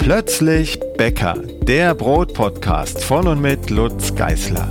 Plötzlich Bäcker, der Brotpodcast von und mit Lutz Geisler.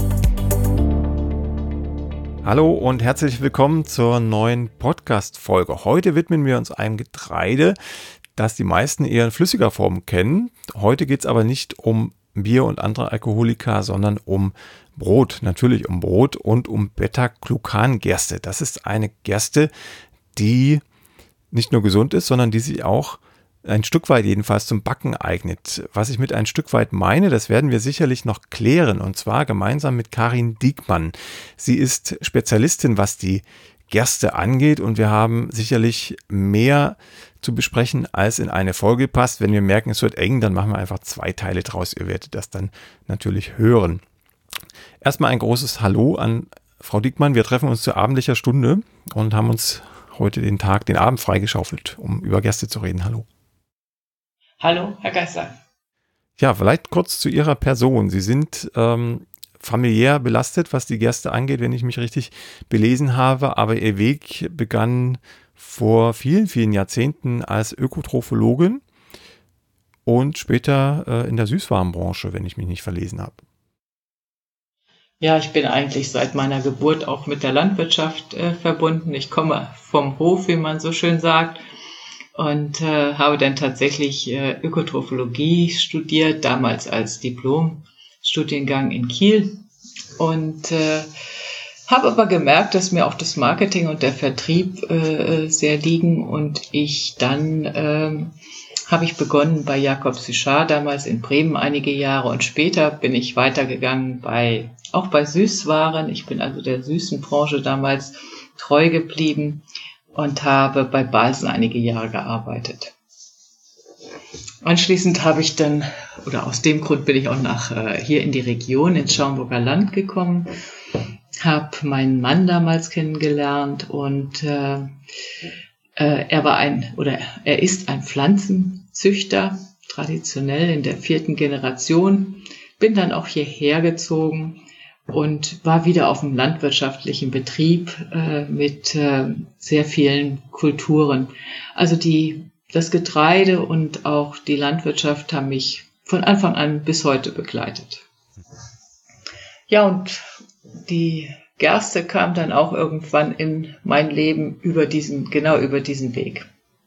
Hallo und herzlich willkommen zur neuen Podcast-Folge. Heute widmen wir uns einem Getreide, das die meisten eher in flüssiger Form kennen. Heute geht es aber nicht um Bier und andere Alkoholika, sondern um Brot. Natürlich um Brot und um Beta-Glucan-Gerste. Das ist eine Gerste, die nicht nur gesund ist, sondern die sich auch ein Stück weit jedenfalls zum Backen eignet. Was ich mit ein Stück weit meine, das werden wir sicherlich noch klären, und zwar gemeinsam mit Karin Diekmann. Sie ist Spezialistin, was die Gerste angeht, und wir haben sicherlich mehr zu besprechen, als in eine Folge passt. Wenn wir merken, es wird eng, dann machen wir einfach 2 Teile draus. Ihr werdet das dann natürlich hören. Erstmal ein großes Hallo an Frau Diekmann. Wir treffen uns zu abendlicher Stunde und haben uns heute den Abend freigeschaufelt, um über Gerste zu reden. Hallo. Hallo, Herr Geisler. Ja, vielleicht kurz zu Ihrer Person. Sie sind familiär belastet, was die Gerste angeht, wenn ich mich richtig belesen habe, aber Ihr Weg begann vor vielen, vielen Jahrzehnten als Ökotrophologin und später in der Süßwarenbranche, wenn ich mich nicht verlesen habe. Ja, ich bin eigentlich seit meiner Geburt auch mit der Landwirtschaft verbunden. Ich komme vom Hof, wie man so schön sagt, und habe dann tatsächlich Ökotrophologie studiert, damals als Diplomstudiengang in Kiel, und habe aber gemerkt, dass mir auch das Marketing und der Vertrieb sehr liegen, und habe ich begonnen bei Jacob Suchard, damals in Bremen einige Jahre, und später bin ich weitergegangen auch bei Süßwaren. Ich bin also der süßen Branche damals treu geblieben und habe bei Balsen einige Jahre gearbeitet. Anschließend aus dem Grund bin ich auch hier in die Region, ins Schaumburger Land gekommen, habe meinen Mann damals kennengelernt, und er ist ein Pflanzenzüchter, traditionell in der 4. Generation, bin dann auch hierher gezogen und war wieder auf dem landwirtschaftlichen Betrieb mit sehr vielen Kulturen. Also das Getreide und auch die Landwirtschaft haben mich von Anfang an bis heute begleitet. Ja, und die Gerste kam dann auch irgendwann in mein Leben über diesen Weg.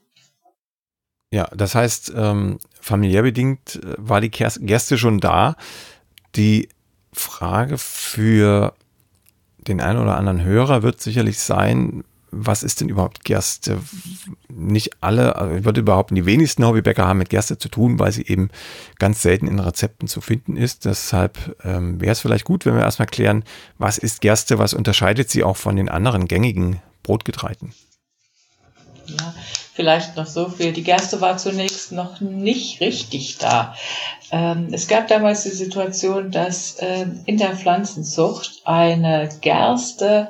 Ja, das heißt, familiär bedingt war die Gerste schon da. Die Frage für den einen oder anderen Hörer wird sicherlich sein, was ist denn überhaupt Gerste? Nicht alle, ich würde behaupten, die wenigsten Hobbybäcker haben mit Gerste zu tun, weil sie eben ganz selten in Rezepten zu finden ist. Deshalb wäre es vielleicht gut, wenn wir erstmal klären, was ist Gerste, was unterscheidet sie auch von den anderen gängigen Brotgetreiden? Ja, vielleicht noch so viel. Die Gerste war zunächst noch nicht richtig da. Es gab damals die Situation, dass in der Pflanzenzucht eine Gerste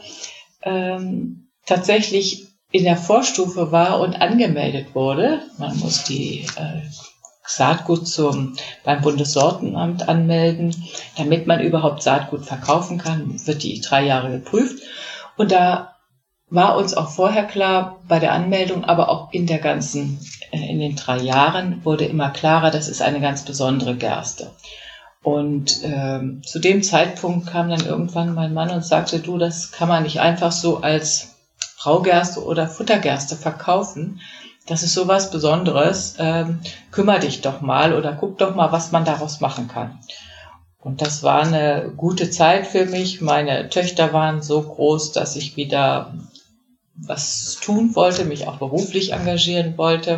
tatsächlich in der Vorstufe war und angemeldet wurde. Man muss die Saatgut beim Bundessortenamt anmelden, damit man überhaupt Saatgut verkaufen kann, wird die 3 Jahre geprüft. Und da war uns auch vorher klar, bei der Anmeldung, aber auch in den 3 Jahren wurde immer klarer, das ist eine ganz besondere Gerste. Und zu dem Zeitpunkt kam dann irgendwann mein Mann und sagte, du, das kann man nicht einfach so als Braugerste oder Futtergerste verkaufen. Das ist sowas Besonderes. Kümmere dich doch mal oder guck doch mal, was man daraus machen kann. Und das war eine gute Zeit für mich. Meine Töchter waren so groß, dass ich wieder was tun wollte, mich auch beruflich engagieren wollte.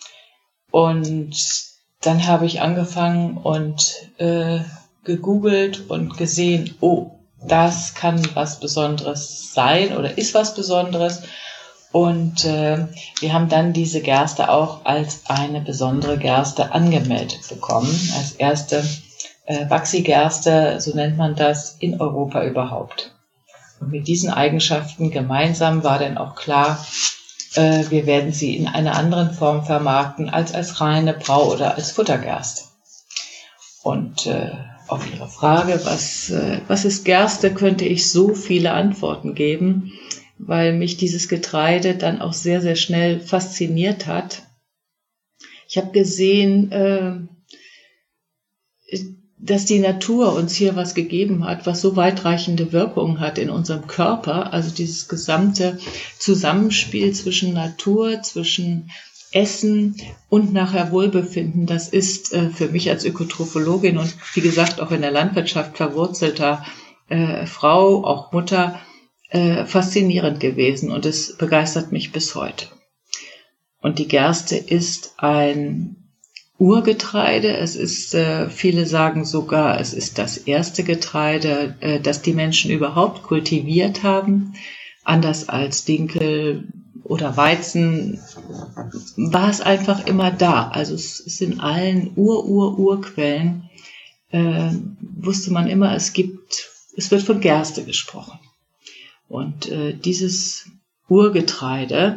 Und dann habe ich angefangen und gegoogelt und gesehen, oh, das kann was Besonderes sein oder ist was Besonderes. Und wir haben dann diese Gerste auch als eine besondere Gerste angemeldet bekommen, als erste Baxi-Gerste, so nennt man das, in Europa überhaupt. Und mit diesen Eigenschaften gemeinsam war dann auch klar, wir werden sie in einer anderen Form vermarkten als reine Brau- oder als Futtergerste. Und auf Ihre Frage, was ist Gerste, könnte ich so viele Antworten geben, weil mich dieses Getreide dann auch sehr, sehr schnell fasziniert hat. Ich habe gesehen, dass die Natur uns hier was gegeben hat, was so weitreichende Wirkungen hat in unserem Körper. Also dieses gesamte Zusammenspiel zwischen Natur, zwischen Essen und nachher Wohlbefinden, das ist für mich als Ökotrophologin und wie gesagt auch in der Landwirtschaft verwurzelter Frau, auch Mutter, faszinierend gewesen und es begeistert mich bis heute. Und die Gerste ist ein Urgetreide. Es ist, viele sagen sogar, es ist das erste Getreide, das die Menschen überhaupt kultiviert haben. Anders als Dinkel oder Weizen war es einfach immer da. Also es ist in allen Urquellen, wusste man immer, es wird von Gerste gesprochen. Und dieses Urgetreide,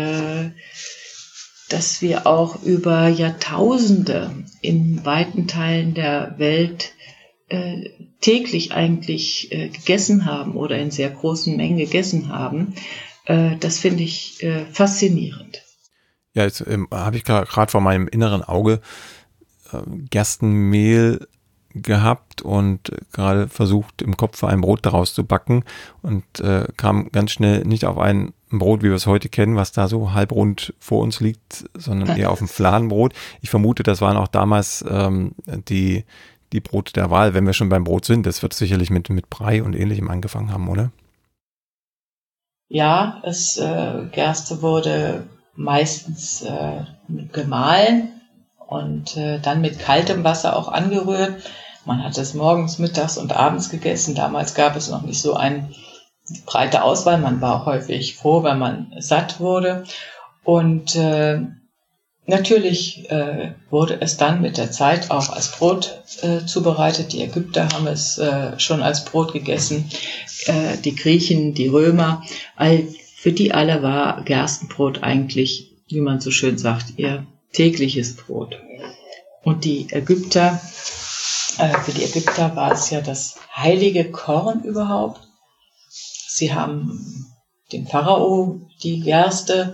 das wir auch über Jahrtausende in weiten Teilen der Welt täglich eigentlich gegessen haben oder in sehr großen Mengen gegessen haben, das finde ich faszinierend. Ja, jetzt habe ich gerade vor meinem inneren Auge Gerstenmehl gehabt und gerade versucht, im Kopf ein Brot daraus zu backen und kam ganz schnell nicht auf ein Brot, wie wir es heute kennen, was da so halbrund vor uns liegt, sondern eher auf dem Fladenbrot. Ich vermute, das waren auch damals die Brote der Wahl, wenn wir schon beim Brot sind. Das wird sicherlich mit Brei und Ähnlichem angefangen haben, oder? Ja, Gerste wurde meistens gemahlen und dann mit kaltem Wasser auch angerührt. Man hat es morgens, mittags und abends gegessen. Damals gab es noch nicht so eine breite Auswahl. Man war häufig froh, wenn man satt wurde. Und natürlich wurde es dann mit der Zeit auch als Brot zubereitet. Die Ägypter haben es schon als Brot gegessen. Die Griechen, die Römer, für die alle war Gerstenbrot eigentlich, wie man so schön sagt, ihr tägliches Brot. Und für die Ägypter war es ja das heilige Korn überhaupt. Sie haben dem Pharao die Gerste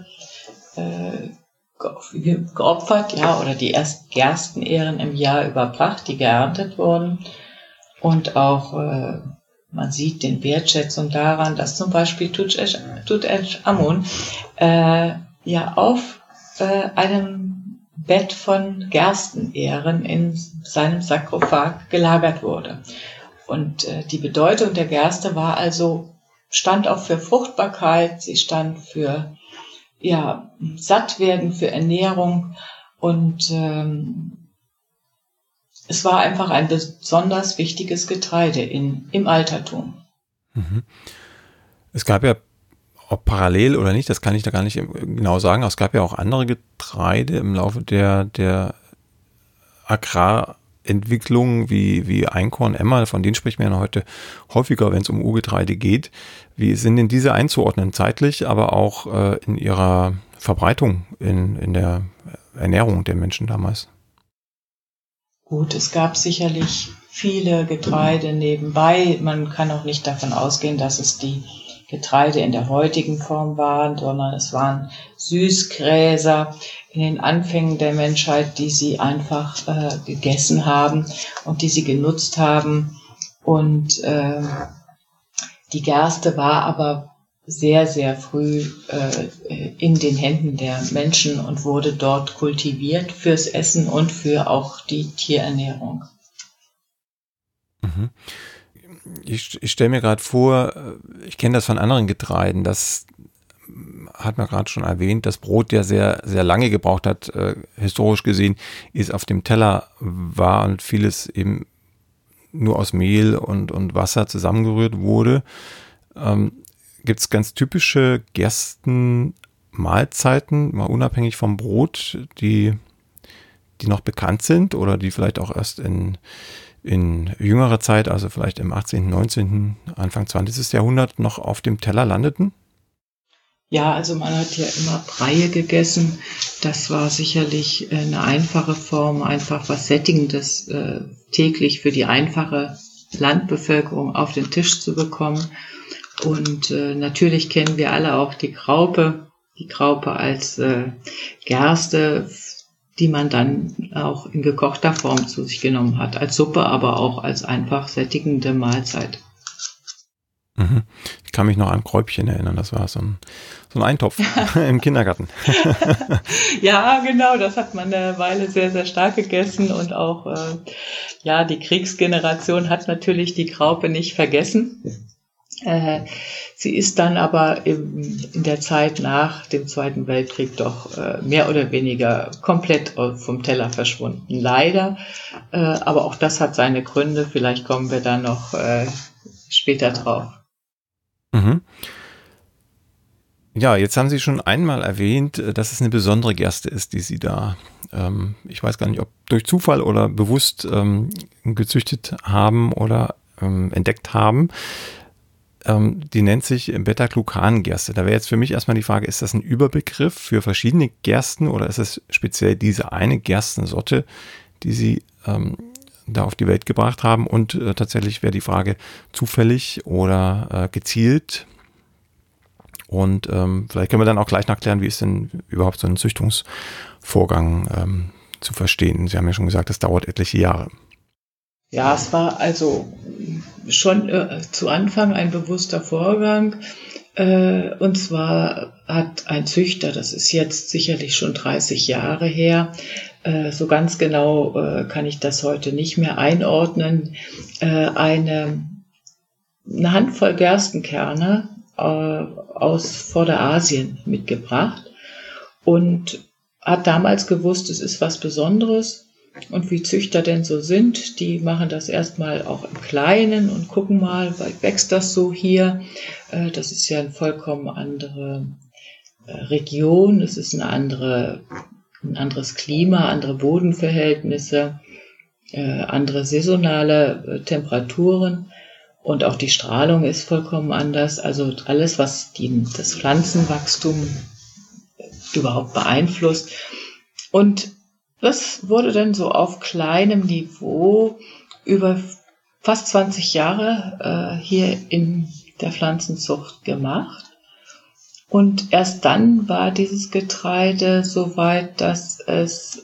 geopfert, ja, oder die ersten Gerstenähren im Jahr überbracht, die geerntet wurden. Und auch man sieht den Wertschätzung daran, dass zum Beispiel Tutanchamun auf einem Bett von Gerstenähren in seinem Sarkophag gelagert wurde. Und die Bedeutung der Gerste stand auch für Fruchtbarkeit, sie stand für Sattwerden, für Ernährung und es war einfach ein besonders wichtiges Getreide im Altertum. Mhm. Es gab ja, ob parallel oder nicht, das kann ich da gar nicht genau sagen, aber es gab ja auch andere Getreide im Laufe der Agrarentwicklung wie Einkorn, Emmer, von denen spricht man ja heute häufiger, wenn es um Urgetreide geht. Wie sind denn diese einzuordnen, zeitlich, aber auch in ihrer Verbreitung in der Ernährung der Menschen damals? Gut, es gab sicherlich viele Getreide nebenbei. Man kann auch nicht davon ausgehen, dass es die Getreide in der heutigen Form waren, sondern es waren Süßgräser in den Anfängen der Menschheit, die sie einfach gegessen haben und die sie genutzt haben. Und die Gerste war aber sehr, sehr früh in den Händen der Menschen und wurde dort kultiviert fürs Essen und für auch die Tierernährung. Mhm. Ich stelle mir gerade vor, ich kenne das von anderen Getreiden, das hat man gerade schon erwähnt, das Brot, der sehr, sehr lange gebraucht hat, historisch gesehen, ist auf dem Teller war und vieles eben nur aus Mehl und Wasser zusammengerührt wurde. Gibt es ganz typische Gerstenmahlzeiten, mal unabhängig vom Brot, die noch bekannt sind oder die vielleicht auch erst in jüngerer Zeit, also vielleicht im 18., 19., Anfang 20. Jahrhundert noch auf dem Teller landeten? Ja, also man hat ja immer Breie gegessen. Das war sicherlich eine einfache Form, einfach was Sättigendes täglich für die einfache Landbevölkerung auf den Tisch zu bekommen. Und natürlich kennen wir alle auch die Graupe als Gerste, die man dann auch in gekochter Form zu sich genommen hat, als Suppe, aber auch als einfach sättigende Mahlzeit. Mhm. Ich kann mich noch an Kräubchen erinnern, das war so ein Eintopf im Kindergarten. Ja, genau, das hat man eine Weile sehr, sehr stark gegessen und auch die Kriegsgeneration hat natürlich die Graupe nicht vergessen. Sie ist dann aber in der Zeit nach dem Zweiten Weltkrieg doch mehr oder weniger komplett vom Teller verschwunden. Leider, aber auch das hat seine Gründe. Vielleicht kommen wir da noch später drauf. Mhm. Ja, jetzt haben Sie schon einmal erwähnt, dass es eine besondere Gerste ist, die Sie da, ich weiß gar nicht, ob durch Zufall oder bewusst gezüchtet haben oder entdeckt haben. Die nennt sich Beta-Glucan-Gerste. Da wäre jetzt für mich erstmal die Frage, ist das ein Überbegriff für verschiedene Gersten oder ist es speziell diese eine Gerstensorte, die Sie da auf die Welt gebracht haben? Und tatsächlich wäre die Frage zufällig oder gezielt. Und vielleicht können wir dann auch gleich nachklären, wie ist denn überhaupt so ein Züchtungsvorgang zu verstehen. Sie haben ja schon gesagt, das dauert etliche Jahre. Ja, es war also schon zu Anfang ein bewusster Vorgang. Und zwar hat ein Züchter, das ist jetzt sicherlich schon 30 Jahre her, so ganz genau kann ich das heute nicht mehr einordnen, eine Handvoll Gerstenkerne aus Vorderasien mitgebracht und hat damals gewusst, es ist was Besonderes. Und wie Züchter denn so sind, die machen das erstmal auch im Kleinen und gucken mal, wächst das so hier. Das ist ja eine vollkommen andere Region, es ist ein anderes Klima, andere Bodenverhältnisse, andere saisonale Temperaturen und auch die Strahlung ist vollkommen anders. Also alles, was das Pflanzenwachstum überhaupt beeinflusst. Und das wurde dann so auf kleinem Niveau über fast 20 Jahre hier in der Pflanzenzucht gemacht. Und erst dann war dieses Getreide so weit, dass es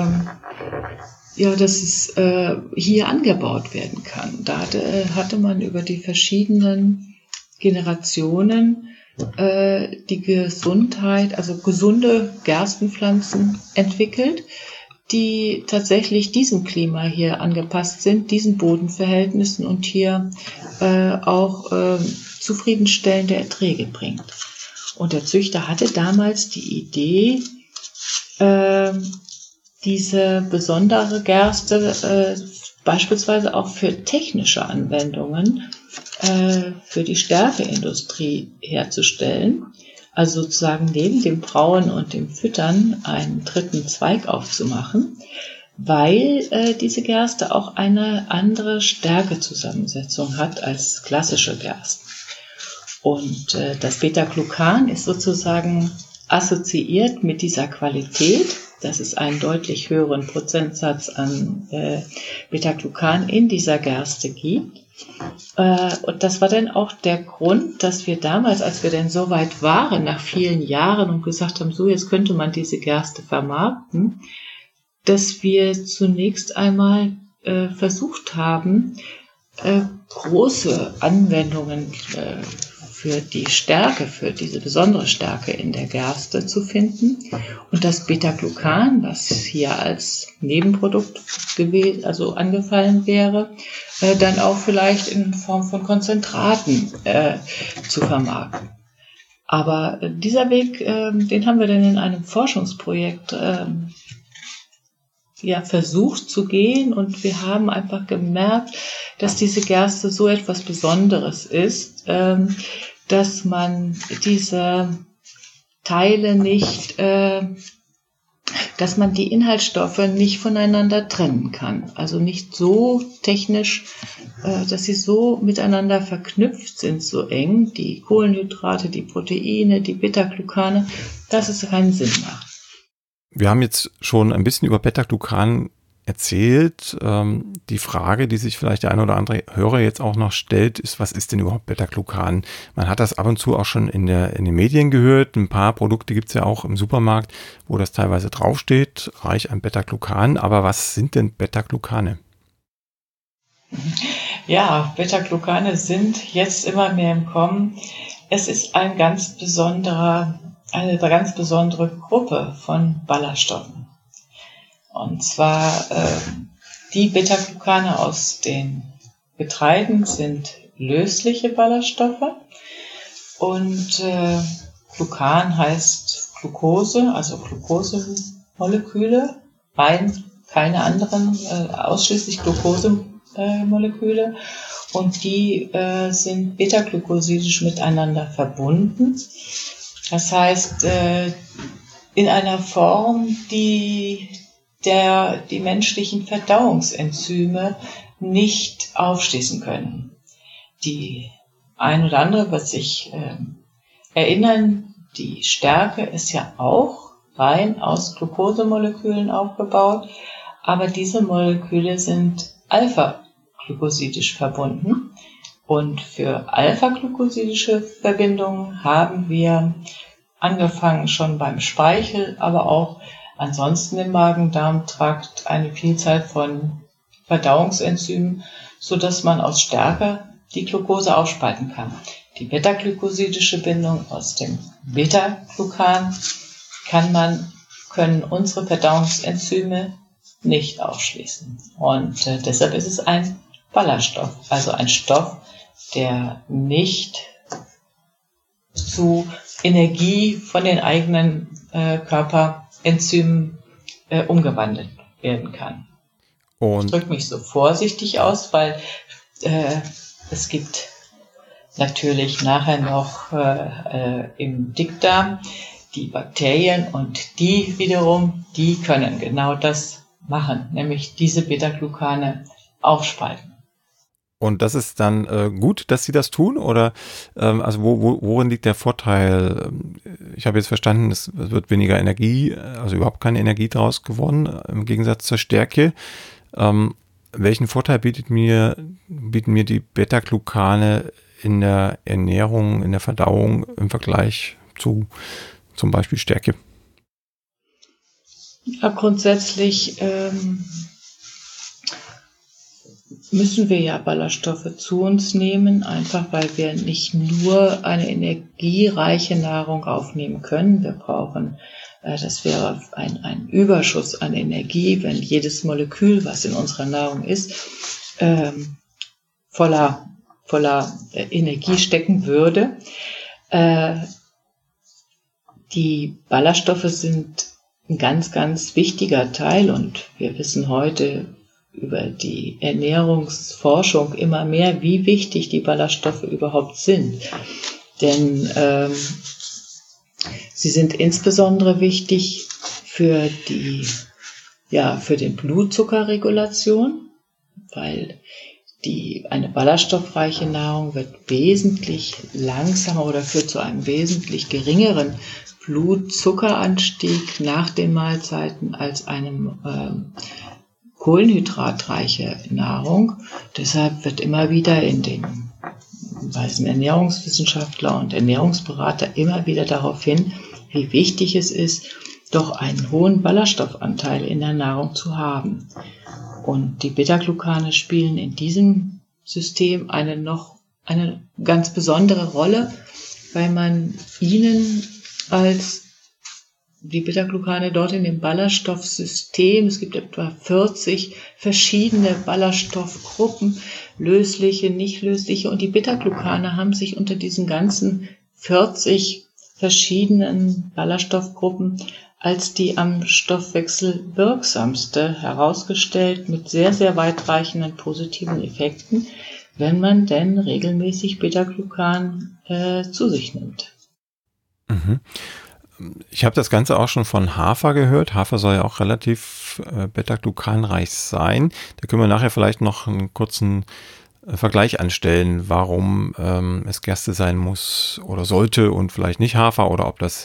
hier angebaut werden kann. Da hatte man über die verschiedenen Generationen die Gesundheit, also gesunde Gerstenpflanzen entwickelt, die tatsächlich diesem Klima hier angepasst sind, diesen Bodenverhältnissen und hier auch zufriedenstellende Erträge bringt. Und der Züchter hatte damals die Idee, diese besondere Gerste beispielsweise auch für technische Anwendungen für die Stärkeindustrie herzustellen. Also sozusagen neben dem Brauen und dem Füttern einen dritten Zweig aufzumachen, weil diese Gerste auch eine andere Stärkezusammensetzung hat als klassische Gersten. Und das Beta-Glucan ist sozusagen assoziiert mit dieser Qualität, dass es einen deutlich höheren Prozentsatz an Beta-Glucan in dieser Gerste gibt. Und das war dann auch der Grund, dass wir damals, als wir denn so weit waren, nach vielen Jahren und gesagt haben, so jetzt könnte man diese Gerste vermarkten, dass wir zunächst einmal versucht haben, große Anwendungen für die Stärke, für diese besondere Stärke in der Gerste zu finden. Und das Beta-Glucan, was hier als Nebenprodukt angefallen wäre, dann auch vielleicht in Form von Konzentraten zu vermarkten. Aber dieser Weg, den haben wir dann in einem Forschungsprojekt versucht zu gehen und wir haben einfach gemerkt, dass diese Gerste so etwas Besonderes ist, dass man diese Teile nicht, dass man die Inhaltsstoffe nicht voneinander trennen kann. Also nicht so technisch, dass sie so miteinander verknüpft sind, so eng, die Kohlenhydrate, die Proteine, die Beta-Glucane, dass es keinen Sinn macht. Wir haben jetzt schon ein bisschen über Beta-Glucan erzählt. Die Frage, die sich vielleicht der ein oder andere Hörer jetzt auch noch stellt, ist, was ist denn überhaupt Beta-Glucan? Man hat das ab und zu auch schon in den Medien gehört. Ein paar Produkte gibt es ja auch im Supermarkt, wo das teilweise draufsteht, reich an Beta-Glucan. Aber was sind denn Beta-Glucane? Ja, Beta-Glucane sind jetzt immer mehr im Kommen. Es ist eine ganz besondere Gruppe von Ballaststoffen. Und zwar die Beta-Glucane aus den Getreiden sind lösliche Ballaststoffe und Glucan heißt Glucose, also Glucosemoleküle, keine anderen, ausschließlich Glucosemoleküle und die sind beta-glucosidisch miteinander verbunden. Das heißt, in einer Form, die die menschlichen Verdauungsenzyme nicht aufschließen können. Die ein oder andere wird sich erinnern, die Stärke ist ja auch rein aus Glucosemolekülen aufgebaut, aber diese Moleküle sind alpha-glucosidisch verbunden. Und für alpha-glucosidische Verbindungen haben wir angefangen schon beim Speichel, aber auch ansonsten im Magen-Darm-Trakt eine Vielzahl von Verdauungsenzymen, sodass man aus Stärke die Glucose aufspalten kann. Die beta-glucosidische Bindung aus dem Beta-Glucan können unsere Verdauungsenzyme nicht ausschließen. Und deshalb ist es ein Ballaststoff, also ein Stoff, der nicht zu Energie von den eigenen Körperenzymen umgewandelt werden kann. Ich drücke mich so vorsichtig aus, weil es gibt natürlich nachher noch im Dickdarm die Bakterien und die wiederum, die können genau das machen, nämlich diese Beta-Glucane aufspalten. Und das ist dann gut, dass sie das tun? Oder also worin liegt der Vorteil? Ich habe jetzt verstanden, es wird weniger Energie, also überhaupt keine Energie daraus gewonnen, im Gegensatz zur Stärke. Welchen Vorteil bieten mir die Beta-Glucane in der Ernährung, in der Verdauung im Vergleich zu zum Beispiel Stärke? Ja, grundsätzlich müssen wir ja Ballaststoffe zu uns nehmen, einfach weil wir nicht nur eine energiereiche Nahrung aufnehmen können. Wir brauchen, das wäre ein Überschuss an Energie, wenn jedes Molekül, was in unserer Nahrung ist, voller Energie stecken würde. Die Ballaststoffe sind ein ganz, ganz wichtiger Teil und wir wissen heute über die Ernährungsforschung immer mehr, wie wichtig die Ballaststoffe überhaupt sind. Denn sie sind insbesondere wichtig für den Blutzuckerregulation, weil eine ballaststoffreiche Nahrung wird wesentlich langsamer oder führt zu einem wesentlich geringeren Blutzuckeranstieg nach den Mahlzeiten als einem kohlenhydratreiche Nahrung. Deshalb wird immer wieder weisen Ernährungswissenschaftler und Ernährungsberater immer wieder darauf hin, wie wichtig es ist, doch einen hohen Ballaststoffanteil in der Nahrung zu haben. Und die Beta-Glucane spielen in diesem System eine ganz besondere Rolle, weil man ihnen die Beta-Glucane dort in dem Ballaststoffsystem, es gibt etwa 40 verschiedene Ballaststoffgruppen, lösliche, nicht lösliche, und die Beta-Glucane haben sich unter diesen ganzen 40 verschiedenen Ballaststoffgruppen als die am Stoffwechsel wirksamste herausgestellt, mit sehr, sehr weitreichenden positiven Effekten, wenn man denn regelmäßig Beta-Glucan zu sich nimmt. Mhm. Ich habe das Ganze auch schon von Hafer gehört. Hafer soll ja auch relativ beta-glucanreich sein. Da können wir nachher vielleicht noch einen kurzen Vergleich anstellen, warum es Gerste sein muss oder sollte und vielleicht nicht Hafer, oder ob das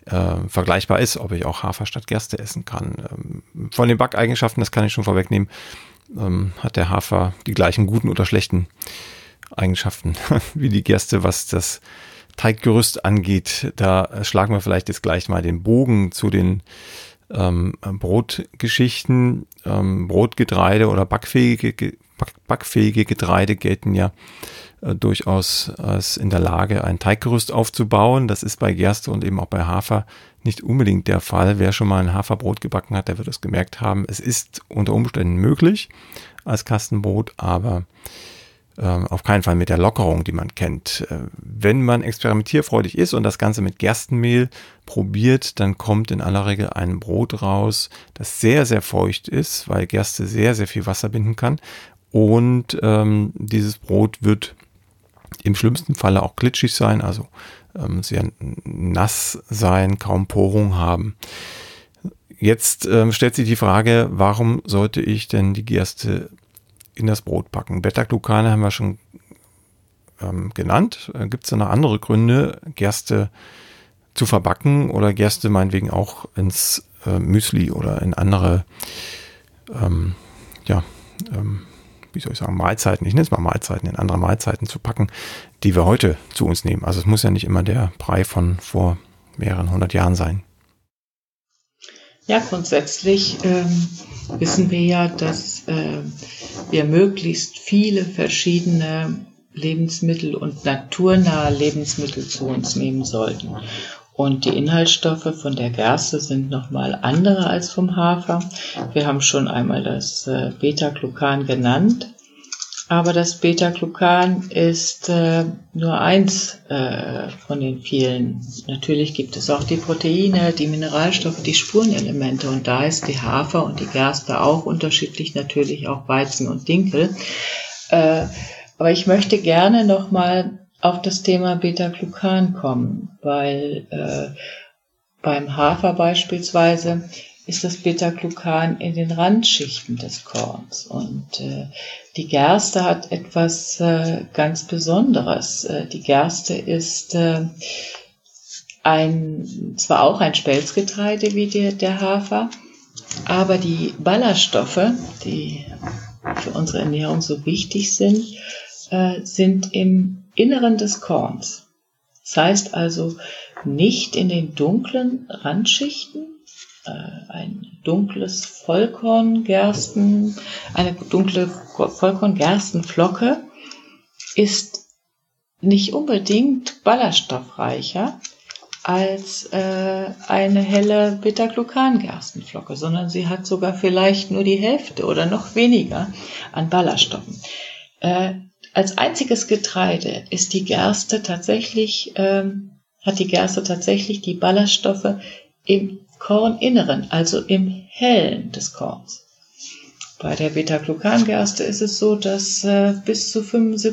vergleichbar ist, ob ich auch Hafer statt Gerste essen kann. Von den Backeigenschaften, das kann ich schon vorwegnehmen, hat der Hafer die gleichen guten oder schlechten Eigenschaften wie die Gerste, was das Teiggerüst angeht. Da schlagen wir vielleicht jetzt gleich mal den Bogen zu den Brotgeschichten. Brotgetreide oder backfähige Getreide gelten ja durchaus als in der Lage, ein Teiggerüst aufzubauen. Das ist bei Gerste und eben auch bei Hafer nicht unbedingt der Fall. Wer schon mal ein Haferbrot gebacken hat, der wird es gemerkt haben. Es ist unter Umständen möglich als Kastenbrot, aber auf keinen Fall mit der Lockerung, die man kennt. Wenn man experimentierfreudig ist und das Ganze mit Gerstenmehl probiert, dann kommt in aller Regel ein Brot raus, das sehr, sehr feucht ist, weil Gerste sehr, sehr viel Wasser binden kann. Und dieses Brot wird im schlimmsten Falle auch glitschig sein, also sehr nass sein, kaum Porung haben. Jetzt stellt sich die Frage, warum sollte ich denn die Gerste in das Brot packen? Beta-Glucane haben wir schon genannt. Gibt es da noch andere Gründe, Gerste zu verbacken oder Gerste meinetwegen auch ins Müsli oder in andere wie soll ich sagen, Mahlzeiten, ich nenne es mal Mahlzeiten, in andere Mahlzeiten zu packen, die wir heute zu uns nehmen. Also es muss ja nicht immer der Brei von vor mehreren 100 Jahren sein. Ja, grundsätzlich wissen wir ja, dass wir möglichst viele verschiedene Lebensmittel und naturnahe Lebensmittel zu uns nehmen sollten. Und die Inhaltsstoffe von der Gerste sind nochmal andere als vom Hafer. Wir haben schon einmal das Beta-Glucan genannt, aber das Beta-Glucan ist nur eins von den vielen. Natürlich gibt es auch die Proteine, die Mineralstoffe, die Spurenelemente und da ist die Hafer und die Gerste auch unterschiedlich, natürlich auch Weizen und Dinkel. Aber ich möchte gerne nochmal auf das Thema Beta-Glucan kommen, weil beim Hafer beispielsweise ist das Beta-Glucan in den Randschichten des Korns und die Gerste hat etwas ganz Besonderes. Die Gerste ist zwar auch ein Spelzgetreide wie der Hafer, aber die Ballaststoffe, die für unsere Ernährung so wichtig sind, sind im Inneren des Korns. Das heißt also nicht in den dunklen Randschichten. Ein dunkles Vollkorngersten, eine dunkle Vollkorngerstenflocke ist nicht unbedingt ballaststoffreicher als eine helle Beta-Glucan-Gerstenflocke, sondern sie hat sogar vielleicht nur die Hälfte oder noch weniger an Ballaststoffen. Als einziges Getreide ist die Gerste tatsächlich, hat die Gerste tatsächlich die Ballaststoffe im Korninneren, also im Hellen des Korns. Bei der Beta-Glucan-Gerste ist es so, dass bis zu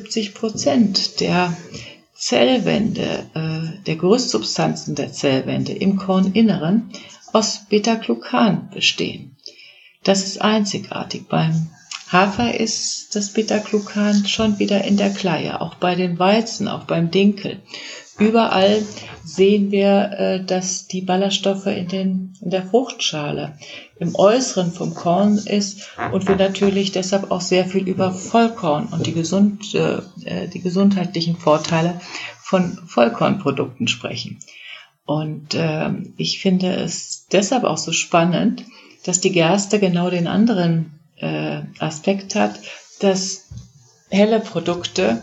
75% der Zellwände, der Gerüstsubstanzen der Zellwände im Korninneren aus Beta-Glucan bestehen. Das ist einzigartig. Beim Hafer ist das Beta-Glucan schon wieder in der Kleie, auch bei den Weizen, auch beim Dinkel. Überall sehen wir, dass die Ballaststoffe in der Fruchtschale im Äußeren vom Korn ist und wir natürlich deshalb auch sehr viel über Vollkorn und die gesundheitlichen Vorteile von Vollkornprodukten sprechen. Und ich finde es deshalb auch so spannend, dass die Gerste genau den anderen Aspekt hat, dass helle Produkte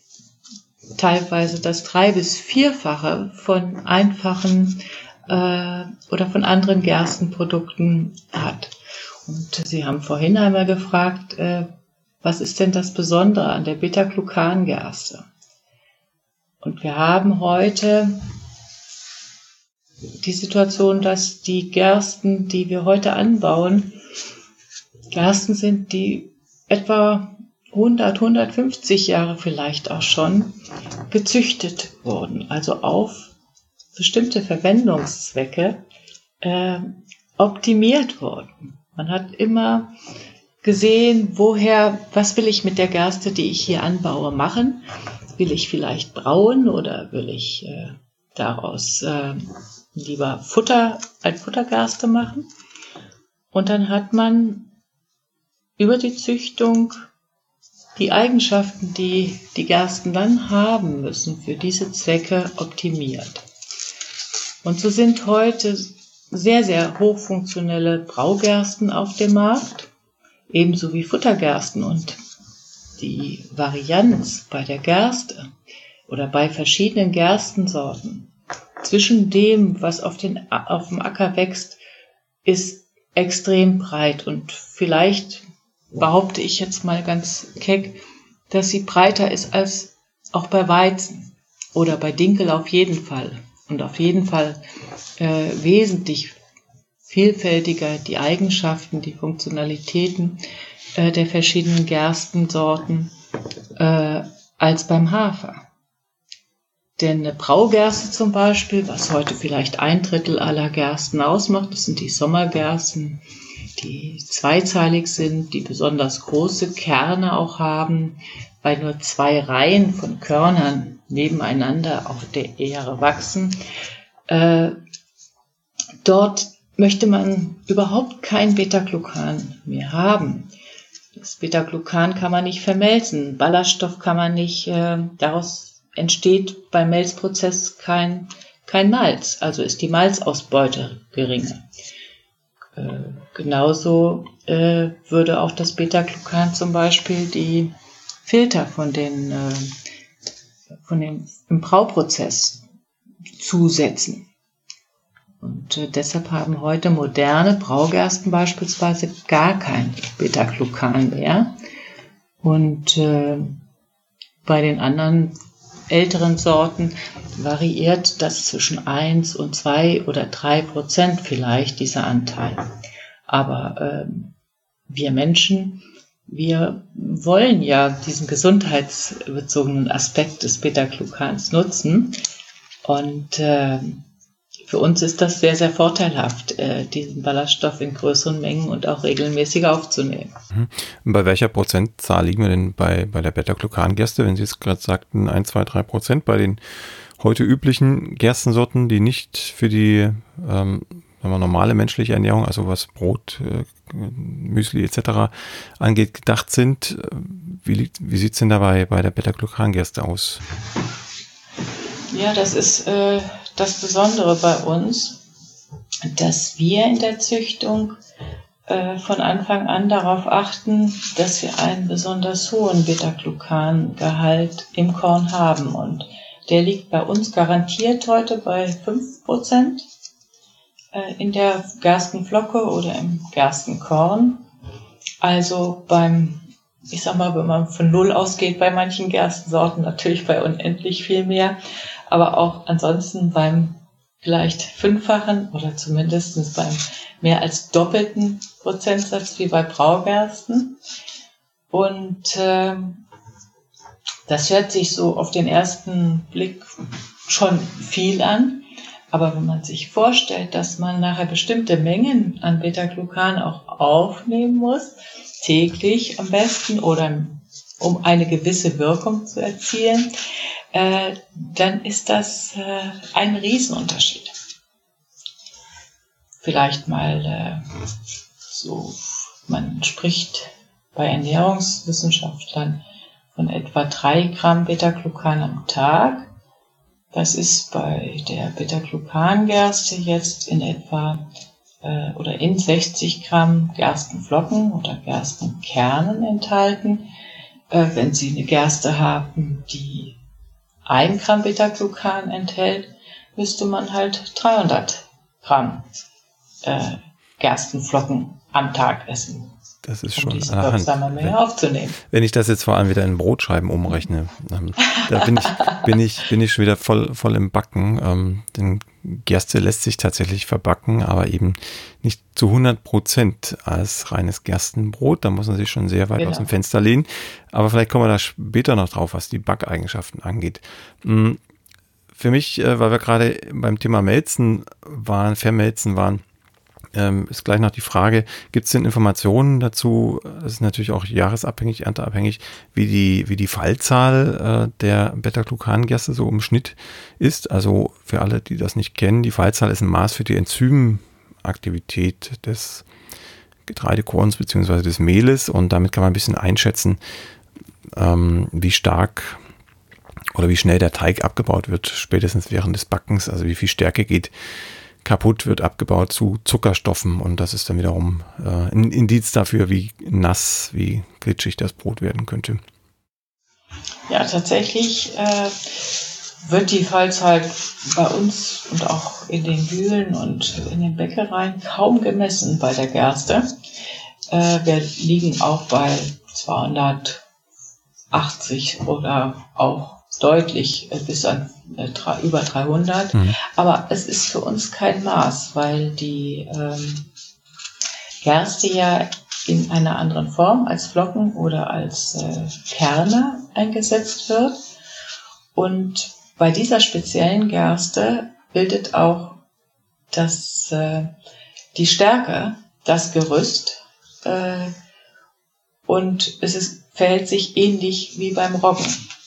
teilweise das 3- bis 4-fache von einfachen oder von anderen Gerstenprodukten hat. Und Sie haben vorhin einmal gefragt, was ist denn das Besondere an der Beta-Glucan-Gerste? Und wir haben heute die Situation, dass die Gersten, die wir heute anbauen, Gersten sind, die etwa 100, 150 Jahre vielleicht auch schon gezüchtet wurden, also auf bestimmte Verwendungszwecke optimiert wurden. Man hat immer gesehen, was will ich mit der Gerste, die ich hier anbaue, machen? Will ich vielleicht brauen oder will ich daraus lieber als Futtergerste machen. Und dann hat man über die Züchtung die Eigenschaften, die die Gersten dann haben müssen, für diese Zwecke optimiert. Und so sind heute sehr, sehr hochfunktionelle Braugersten auf dem Markt, ebenso wie Futtergersten. Und die Varianz bei der Gerste oder bei verschiedenen Gerstensorten zwischen dem, was auf dem Acker wächst, ist extrem breit. Und vielleicht behaupte ich jetzt mal ganz keck, dass sie breiter ist als auch bei Weizen oder bei Dinkel auf jeden Fall. Und auf jeden Fall wesentlich vielfältiger die Eigenschaften, die Funktionalitäten der verschiedenen Gerstensorten als beim Hafer. Denn eine Braugerste zum Beispiel, was heute vielleicht 1/3 aller Gersten ausmacht, das sind die Sommergersten, die zweizeilig sind, die besonders große Kerne auch haben, bei nur 2 Reihen von Körnern nebeneinander auf der Ähre wachsen. Dort möchte man überhaupt kein Beta-Glucan mehr haben. Das Beta-Glucan kann man nicht vermelzen, Ballaststoff kann man nicht, daraus entsteht beim Melzprozess kein Malz, also ist die Malzausbeute geringer. Genauso würde auch das Beta-Glucan zum Beispiel die Filter im Brauprozess zusetzen. Und deshalb haben heute moderne Braugersten beispielsweise gar kein Beta-Glucan mehr. Und bei den anderen älteren Sorten variiert das zwischen 1 und 2 oder 3% vielleicht, dieser Anteil. Aber wir Menschen, wir wollen ja diesen gesundheitsbezogenen Aspekt des Beta-Glucans nutzen. Und für uns ist das sehr, sehr vorteilhaft, diesen Ballaststoff in größeren Mengen und auch regelmäßig aufzunehmen. Bei welcher Prozentzahl liegen wir denn bei der Beta-Glucan-Gerste, wenn Sie es gerade sagten, 1, 2, 3% bei den heute üblichen Gerstensorten, die nicht für die normale menschliche Ernährung, also was Brot, Müsli etc. angeht, gedacht sind? Wie sieht es denn dabei bei der Beta-Glucan-Gerste aus? Ja, das ist das Besondere bei uns, dass wir in der Züchtung von Anfang an darauf achten, dass wir einen besonders hohen Beta-Glucan-Gehalt im Korn haben. Und der liegt bei uns garantiert heute bei 5% in der Gerstenflocke oder im Gerstenkorn. Also wenn man von 0 ausgeht, bei manchen Gerstensorten natürlich bei unendlich viel mehr, aber auch ansonsten beim vielleicht 5-fachen oder zumindest beim mehr als doppelten Prozentsatz wie bei Braugersten. Und das hört sich so auf den ersten Blick schon viel an. Aber wenn man sich vorstellt, dass man nachher bestimmte Mengen an Beta-Glucan auch aufnehmen muss, täglich am besten oder um eine gewisse Wirkung zu erzielen, dann ist das ein Riesenunterschied. Vielleicht mal man spricht bei Ernährungswissenschaftlern von etwa 3 Gramm Beta-Glucan am Tag. Das ist bei der Beta-Glucan-Gerste jetzt in etwa oder in 60 Gramm Gerstenflocken oder Gerstenkernen enthalten. Wenn Sie eine Gerste haben, die 1 Gramm Beta-Glucan enthält, müsste man halt 300 Gramm Gerstenflocken am Tag essen. Das ist um schon diese an der wirksame Hand. Menge aufzunehmen. Wenn ich das jetzt vor allem wieder in Brotscheiben umrechne, da bin ich schon wieder voll im Backen. Denn Gerste lässt sich tatsächlich verbacken, aber eben nicht zu 100% als reines Gerstenbrot. Da muss man sich schon sehr weit aus dem Fenster lehnen. Aber vielleicht kommen wir da später noch drauf, was die Backeigenschaften angeht. Für mich, weil wir gerade beim Thema Vermelzen waren, ist gleich noch die Frage, gibt es denn Informationen dazu, das ist natürlich auch jahresabhängig, ernteabhängig, wie die Fallzahl der Beta-Glucan-Gerste so im Schnitt ist? Also für alle, die das nicht kennen, die Fallzahl ist ein Maß für die Enzymaktivität des Getreidekorns bzw. des Mehles und damit kann man ein bisschen einschätzen, wie stark oder wie schnell der Teig abgebaut wird, spätestens während des Backens, also wie viel Stärke geht kaputt, wird abgebaut zu Zuckerstoffen und das ist dann wiederum ein Indiz dafür, wie nass, wie glitschig das Brot werden könnte. Ja, tatsächlich wird die Fallzahl bei uns und auch in den Mühlen und in den Bäckereien kaum gemessen bei der Gerste. Wir liegen auch bei 280 oder auch deutlich bis an über 300. Aber es ist für uns kein Maß, weil die Gerste ja in einer anderen Form als Flocken oder als Kerne eingesetzt wird. Und bei dieser speziellen Gerste bildet auch die Stärke das Gerüst und verhält sich ähnlich wie beim Roggen.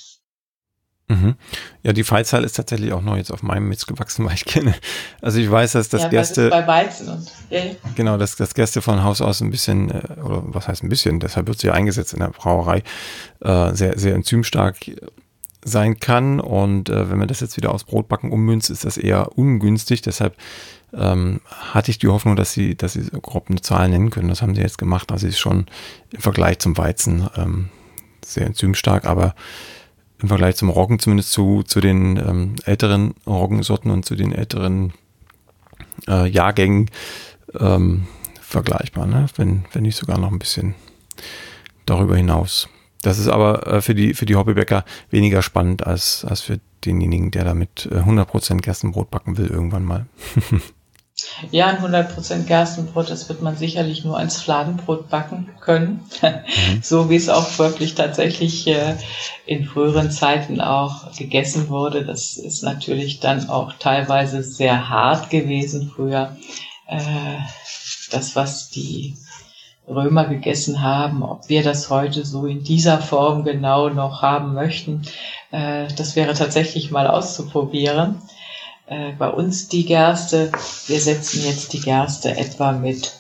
Ja, die Fallzahl ist tatsächlich auch noch jetzt auf meinem Mist gewachsen, weil ich kenne. Also ich weiß, dass das Gerste. Das ist bei Weizen und. Genau, dass das Gerste von Haus aus ein bisschen, oder was heißt ein bisschen, deshalb wird sie ja eingesetzt in der Brauerei, sehr, sehr enzymstark sein kann. Und wenn man das jetzt wieder aufs Brotbacken ummünzt, ist das eher ungünstig. Deshalb hatte ich die Hoffnung, dass sie so grob eine Zahl nennen können. Das haben sie jetzt gemacht. Also sie ist schon im Vergleich zum Weizen sehr enzymstark, aber im Vergleich zum Roggen, zumindest zu den älteren Roggensorten und zu den älteren Jahrgängen vergleichbar, ne? Wenn nicht sogar noch ein bisschen darüber hinaus. Das ist aber für die Hobbybäcker weniger spannend als für denjenigen, der damit 100% Gerstenbrot backen will irgendwann mal. Ja, ein 100% Gerstenbrot, das wird man sicherlich nur als Fladenbrot backen können. So wie es auch wirklich tatsächlich in früheren Zeiten auch gegessen wurde. Das ist natürlich dann auch teilweise sehr hart gewesen früher. Das, was die Römer gegessen haben, ob wir das heute so in dieser Form genau noch haben möchten, das wäre tatsächlich mal auszuprobieren. Bei uns die Gerste, wir setzen jetzt die Gerste etwa mit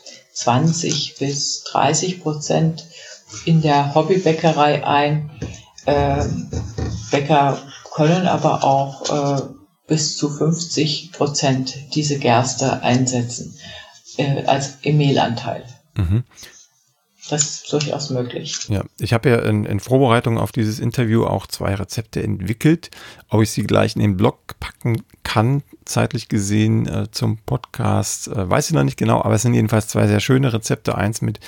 20-30% in der Hobbybäckerei ein. Bäcker können aber auch bis zu 50% diese Gerste einsetzen, als im Mehlanteil. Das ist durchaus möglich. Ja, ich habe ja in Vorbereitung auf dieses Interview auch 2 Rezepte entwickelt. Ob ich sie gleich in den Blog packen kann, zeitlich gesehen zum Podcast, weiß ich noch nicht genau, aber es sind jedenfalls 2 sehr schöne Rezepte. Eins mit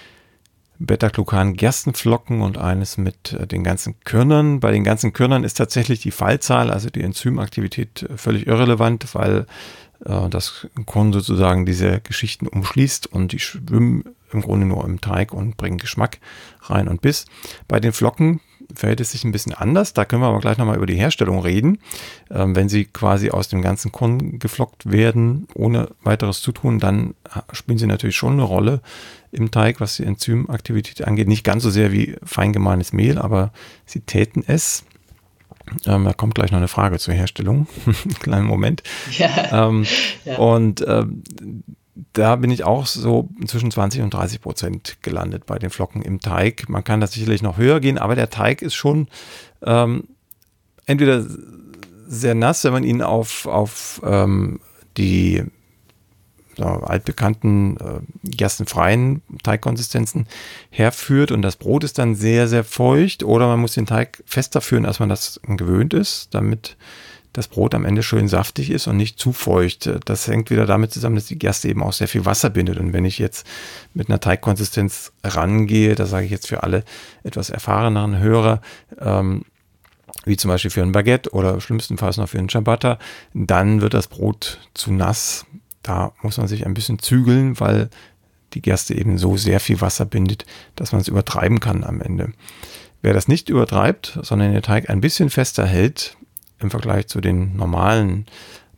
Beta-Glucan-Gerstenflocken und eines mit den ganzen Körnern. Bei den ganzen Körnern ist tatsächlich die Fallzahl, also die Enzymaktivität, völlig irrelevant, weil das Korn sozusagen diese Geschichten umschließt und die schwimmen im Grunde nur im Teig und bringen Geschmack rein und Biss. Bei den Flocken verhält es sich ein bisschen anders. Da können wir aber gleich nochmal über die Herstellung reden. Wenn sie quasi aus dem ganzen Korn geflockt werden, ohne weiteres Zutun, dann spielen sie natürlich schon eine Rolle im Teig, was die Enzymaktivität angeht. Nicht ganz so sehr wie fein gemahlenes Mehl, aber sie täten es. Da kommt gleich noch eine Frage zur Herstellung. Kleinen Moment. Ja. Und da bin ich auch so zwischen 20 und 30% gelandet bei den Flocken im Teig. Man kann das sicherlich noch höher gehen, aber der Teig ist schon entweder sehr nass, wenn man ihn auf die altbekannten gerstenfreien Teigkonsistenzen herführt und das Brot ist dann sehr, sehr feucht, oder man muss den Teig fester führen, als man das gewöhnt ist, damit das Brot am Ende schön saftig ist und nicht zu feucht. Das hängt wieder damit zusammen, dass die Gerste eben auch sehr viel Wasser bindet. Und wenn ich jetzt mit einer Teigkonsistenz rangehe, das sage ich jetzt für alle etwas erfahreneren Hörer, wie zum Beispiel für ein Baguette oder schlimmstenfalls noch für einen Ciabatta, dann wird das Brot zu nass. Da muss man sich ein bisschen zügeln, weil die Gerste eben so sehr viel Wasser bindet, dass man es übertreiben kann am Ende. Wer das nicht übertreibt, sondern den Teig ein bisschen fester hält, im Vergleich zu den normalen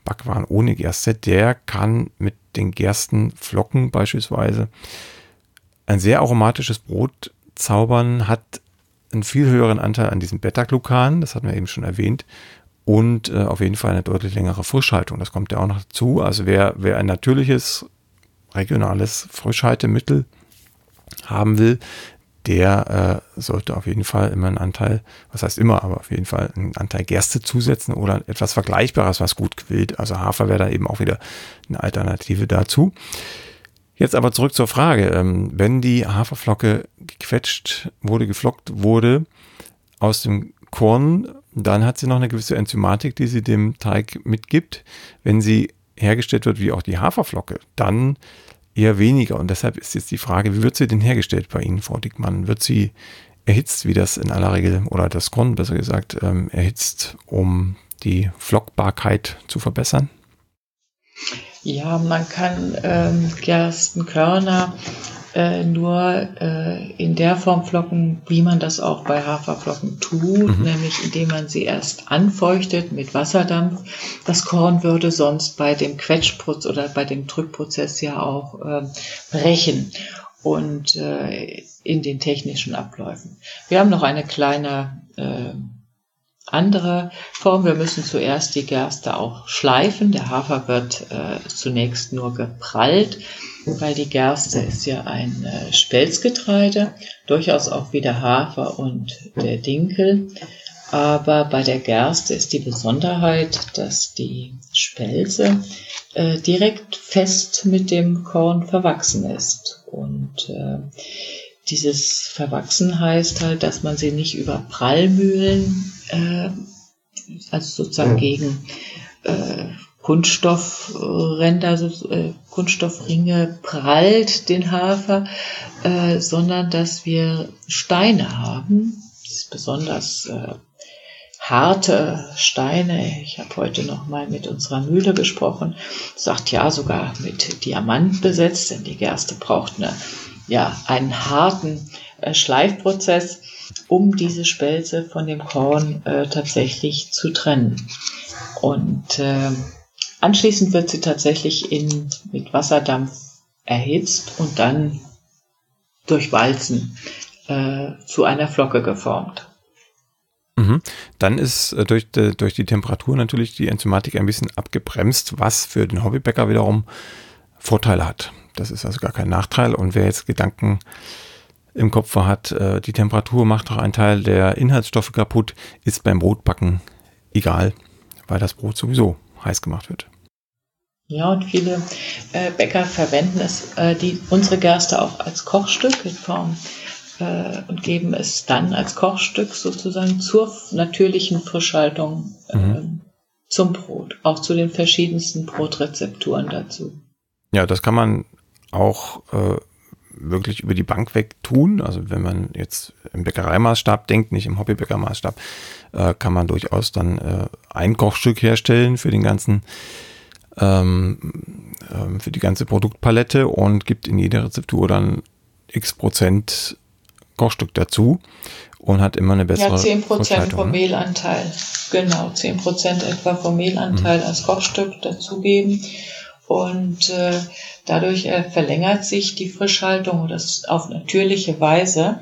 Backwaren ohne Gerste, der kann mit den Gerstenflocken beispielsweise ein sehr aromatisches Brot zaubern, hat einen viel höheren Anteil an diesem Beta-Glucan, das hatten wir eben schon erwähnt, und auf jeden Fall eine deutlich längere Frischhaltung. Das kommt ja auch noch dazu. Also wer ein natürliches, regionales Frischhaltemittel haben will, der sollte auf jeden Fall immer einen Anteil, was heißt immer, aber auf jeden Fall einen Anteil Gerste zusetzen oder etwas Vergleichbares, was gut quillt. Also Hafer wäre da eben auch wieder eine Alternative dazu. Jetzt aber zurück zur Frage. Wenn die Haferflocke geflockt wurde aus dem Korn, dann hat sie noch eine gewisse Enzymatik, die sie dem Teig mitgibt. Wenn sie hergestellt wird wie auch die Haferflocke, dann eher weniger. Und deshalb ist jetzt die Frage, wie wird sie denn hergestellt bei Ihnen, Frau Dickmann? Wird sie erhitzt, wie das in aller Regel, oder das Korn besser gesagt, erhitzt, um die Flockbarkeit zu verbessern? Ja, man kann Gerstenkörner nur in der Form flocken, wie man das auch bei Haferflocken tut, nämlich indem man sie erst anfeuchtet mit Wasserdampf. Das Korn würde sonst bei dem Quetschprozess oder bei dem Drückprozess ja auch brechen und in den technischen Abläufen. Wir haben noch eine kleine andere Form. Wir müssen zuerst die Gerste auch schleifen. Der Hafer wird zunächst nur geprallt, weil die Gerste ist ja ein Spelzgetreide, durchaus auch wie der Hafer und der Dinkel. Aber bei der Gerste ist die Besonderheit, dass die Spelze direkt fest mit dem Korn verwachsen ist. Und dieses Verwachsen heißt halt, dass man sie nicht über Prallmühlen, also sozusagen gegen Kunststoffränder, Kunststoffringe prallt den Hafer, sondern dass wir Steine haben, besonders harte Steine. Ich habe heute noch mal mit unserer Mühle gesprochen, sagt ja sogar mit Diamant besetzt, denn die Gerste braucht einen harten Schleifprozess, um diese Spelze von dem Korn tatsächlich zu trennen. Und anschließend wird sie tatsächlich mit Wasserdampf erhitzt und dann durch Walzen zu einer Flocke geformt. Dann ist durch die Temperatur natürlich die Enzymatik ein bisschen abgebremst, was für den Hobbybäcker wiederum Vorteile hat. Das ist also gar kein Nachteil. Und wer jetzt Gedanken im Kopf hat, die Temperatur macht doch einen Teil der Inhaltsstoffe kaputt, ist beim Brotbacken egal, weil das Brot sowieso heiß gemacht wird. Ja, und viele Bäcker verwenden unsere Gerste auch als Kochstück in Form und geben es dann als Kochstück sozusagen zur natürlichen Frischhaltung zum Brot, auch zu den verschiedensten Brotrezepturen dazu. Ja, das kann man auch wirklich über die Bank weg tun. Also wenn man jetzt im Bäckereimaßstab denkt, nicht im Hobbybäckermaßstab, kann man durchaus dann ein Kochstück herstellen für den ganzen für die ganze Produktpalette und gibt in jeder Rezeptur dann x% Kochstück dazu und hat immer eine bessere 10% vom Mehlanteil. Genau, 10% etwa vom Mehlanteil als Kochstück dazugeben. Und dadurch verlängert sich die Frischhaltung auf natürliche Weise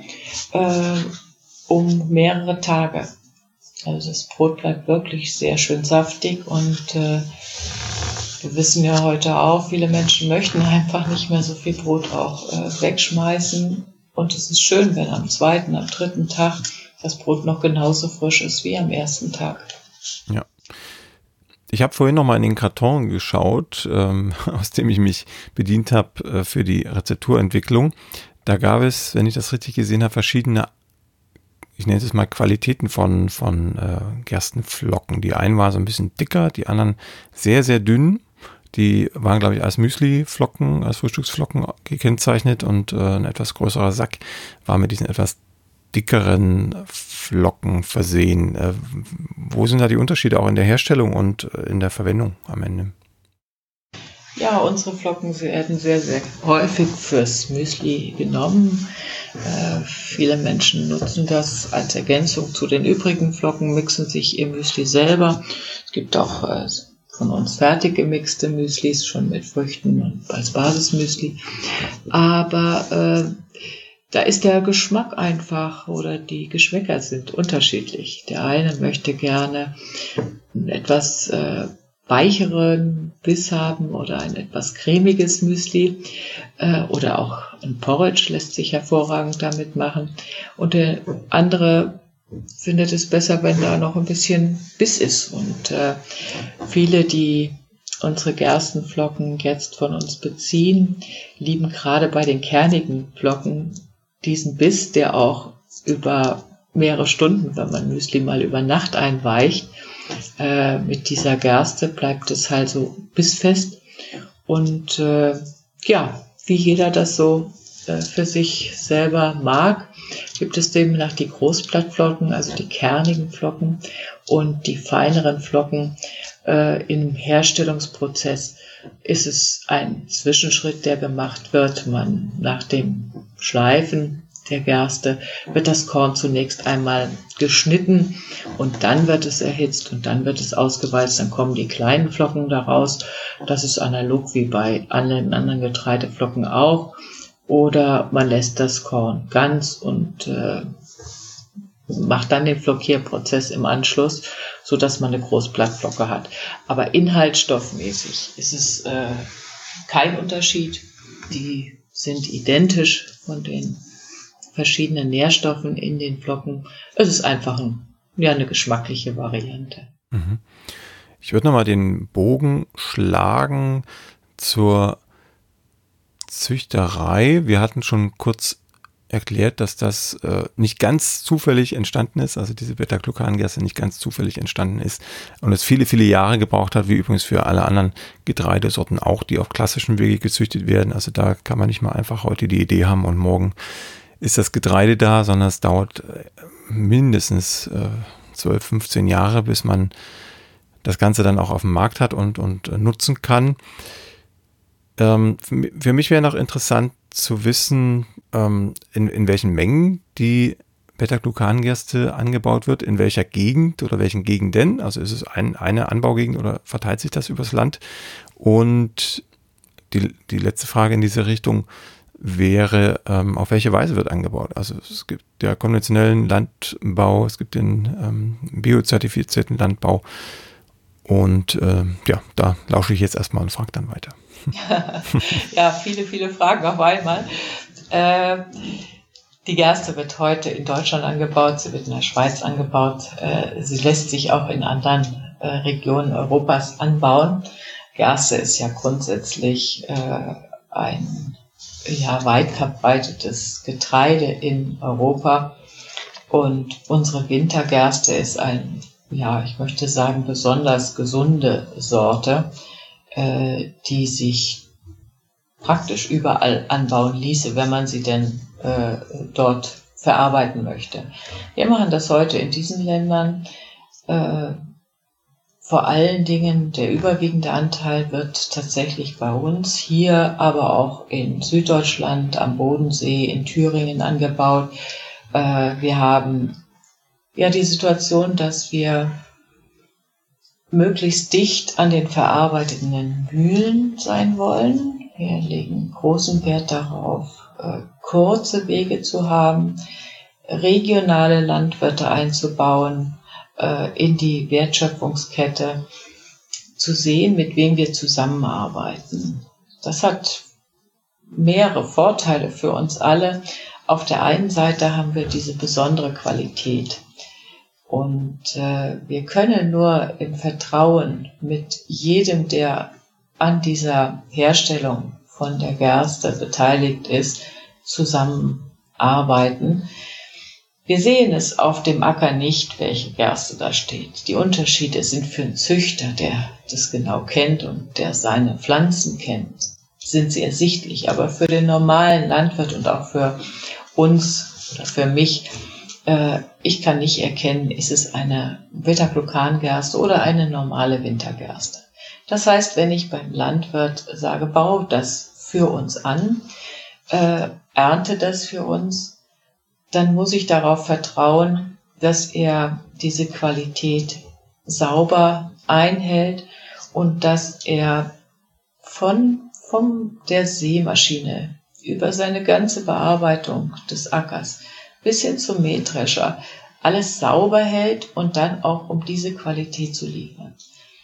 um mehrere Tage. Also das Brot bleibt wirklich sehr schön saftig und wir wissen ja heute auch, viele Menschen möchten einfach nicht mehr so viel Brot auch wegschmeißen. Und es ist schön, wenn am 2., am 3. Tag das Brot noch genauso frisch ist wie am 1. Tag. Ja. Ich habe vorhin noch mal in den Karton geschaut, aus dem ich mich bedient habe für die Rezepturentwicklung. Da gab es, wenn ich das richtig gesehen habe, verschiedene, ich nenne es mal Qualitäten von Gerstenflocken. Die einen waren so ein bisschen dicker, die anderen sehr, sehr dünn. Die waren, glaube ich, als Müsli-Flocken, als Frühstücksflocken gekennzeichnet und ein etwas größerer Sack war mit diesen etwas dickeren Flocken versehen. Wo sind da die Unterschiede auch in der Herstellung und in der Verwendung am Ende? Ja, unsere Flocken werden sehr, sehr häufig fürs Müsli genommen. Viele Menschen nutzen das als Ergänzung zu den übrigen Flocken, mixen sich ihr Müsli selber. Es gibt auch von uns fertig gemixte Müslis, schon mit Früchten und als Basismüsli. Aber da ist der Geschmack einfach oder die Geschmäcker sind unterschiedlich. Der eine möchte gerne einen etwas weicheren Biss haben oder ein etwas cremiges Müsli oder auch ein Porridge lässt sich hervorragend damit machen. Und der andere findet es besser, wenn da noch ein bisschen Biss ist. Und viele, die unsere Gerstenflocken jetzt von uns beziehen, lieben gerade bei den kernigen Flocken diesen Biss, der auch über mehrere Stunden, wenn man Müsli mal über Nacht einweicht, mit dieser Gerste bleibt es halt so bissfest. Und wie jeder das so für sich selber mag, gibt es demnach die Großblattflocken, also die kernigen Flocken und die feineren Flocken. Im Herstellungsprozess ist es ein Zwischenschritt, der gemacht wird. Nach dem Schleifen der Gerste wird das Korn zunächst einmal geschnitten und dann wird es erhitzt und dann wird es ausgewalzt. Dann kommen die kleinen Flocken daraus. Das ist analog wie bei allen anderen Getreideflocken auch. Oder man lässt das Korn ganz und macht dann den Flockierprozess im Anschluss, so dass man eine Großblattflocke hat. Aber inhaltsstoffmäßig ist es kein Unterschied. Die sind identisch von den verschiedenen Nährstoffen in den Flocken. Es ist einfach eine geschmackliche Variante. Ich würde nochmal den Bogen schlagen zur Züchterei. Wir hatten schon kurz erklärt, dass das nicht ganz zufällig entstanden ist, also diese Beta-Glucan-Gerste nicht ganz zufällig entstanden ist und es viele, viele Jahre gebraucht hat, wie übrigens für alle anderen Getreidesorten auch, die auf klassischen Wege gezüchtet werden. Also da kann man nicht mal einfach heute die Idee haben und morgen ist das Getreide da, sondern es dauert mindestens 12, 15 Jahre, bis man das Ganze dann auch auf dem Markt hat und nutzen kann. Für mich wäre noch interessant zu wissen, in welchen Mengen die Beta-Glucan-Gerste angebaut wird, in welcher Gegend oder welchen Gegenden. Also ist es eine Anbaugegend oder verteilt sich das übers Land? Und die letzte Frage in diese Richtung wäre, auf welche Weise wird angebaut? Also es gibt ja konventionellen Landbau, es gibt den biozertifizierten Landbau und da lausche ich jetzt erstmal und frage dann weiter. Ja, viele, viele Fragen auf einmal. Die Gerste wird heute in Deutschland angebaut, sie wird in der Schweiz angebaut, sie lässt sich auch in anderen Regionen Europas anbauen. Gerste ist ja grundsätzlich ein weit verbreitetes Getreide in Europa und unsere Wintergerste ist ich möchte sagen, besonders gesunde Sorte, die sich praktisch überall anbauen ließe, wenn man sie denn dort verarbeiten möchte. Wir machen das heute in diesen Ländern. Vor allen Dingen der überwiegende Anteil wird tatsächlich bei uns hier, aber auch in Süddeutschland, am Bodensee, in Thüringen angebaut. Wir haben die Situation, dass wir möglichst dicht an den verarbeitenden Mühlen sein wollen. Wir legen großen Wert darauf, kurze Wege zu haben, regionale Landwirte einzubauen, in die Wertschöpfungskette, zu sehen, mit wem wir zusammenarbeiten. Das hat mehrere Vorteile für uns alle. Auf der einen Seite haben wir diese besondere Qualität. Und wir können nur im Vertrauen mit jedem, der an dieser Herstellung von der Gerste beteiligt ist, zusammenarbeiten. Wir sehen es auf dem Acker nicht, welche Gerste da steht. Die Unterschiede sind für einen Züchter, der das genau kennt und der seine Pflanzen kennt, sind sie ersichtlich. Aber für den normalen Landwirt und auch für uns oder für mich, ich kann nicht erkennen, ist es eine Beta-Glucan-Gerste oder eine normale Wintergerste. Das heißt, wenn ich beim Landwirt sage, bau das für uns an, ernte das für uns, dann muss ich darauf vertrauen, dass er diese Qualität sauber einhält und dass er von der Sämaschine über seine ganze Bearbeitung des Ackers bis hin zum Mähdrescher alles sauber hält und dann auch um diese Qualität zu liefern.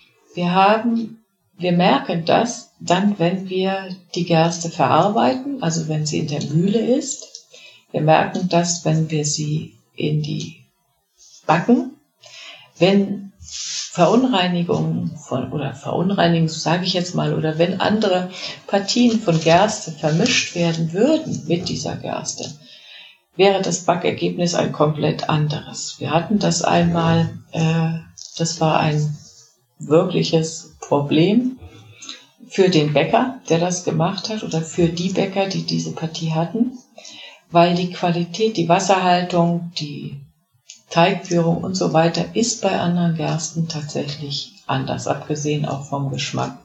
Wir merken das dann, wenn wir die Gerste verarbeiten, also wenn sie in der Mühle ist. Wir merken das, wenn wir sie in die backen. Wenn Verunreinigungen sage ich jetzt mal, oder wenn andere Partien von Gerste vermischt werden würden mit dieser Gerste, wäre das Backergebnis ein komplett anderes. Wir hatten das einmal, das war ein wirkliches Problem für den Bäcker, der das gemacht hat, oder für die Bäcker, die diese Partie hatten, weil die Qualität, die Wasserhaltung, die Teigführung und so weiter ist bei anderen Gersten tatsächlich anders, abgesehen auch vom Geschmack.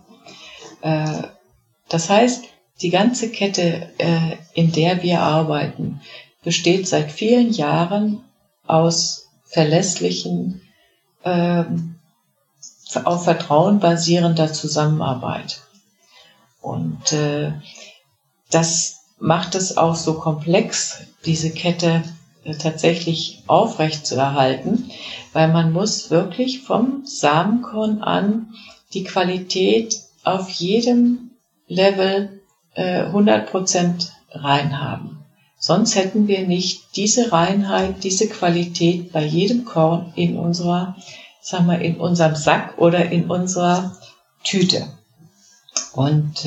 Das heißt, die ganze Kette, in der wir arbeiten, besteht seit vielen Jahren aus verlässlichen, auf Vertrauen basierender Zusammenarbeit. Und das macht es auch so komplex, diese Kette tatsächlich aufrecht zu erhalten, weil man muss wirklich vom Samenkorn an die Qualität auf jedem Level 100% rein haben. Sonst hätten wir nicht diese Reinheit, diese Qualität bei jedem Korn in unserem Sack oder in unserer Tüte. Und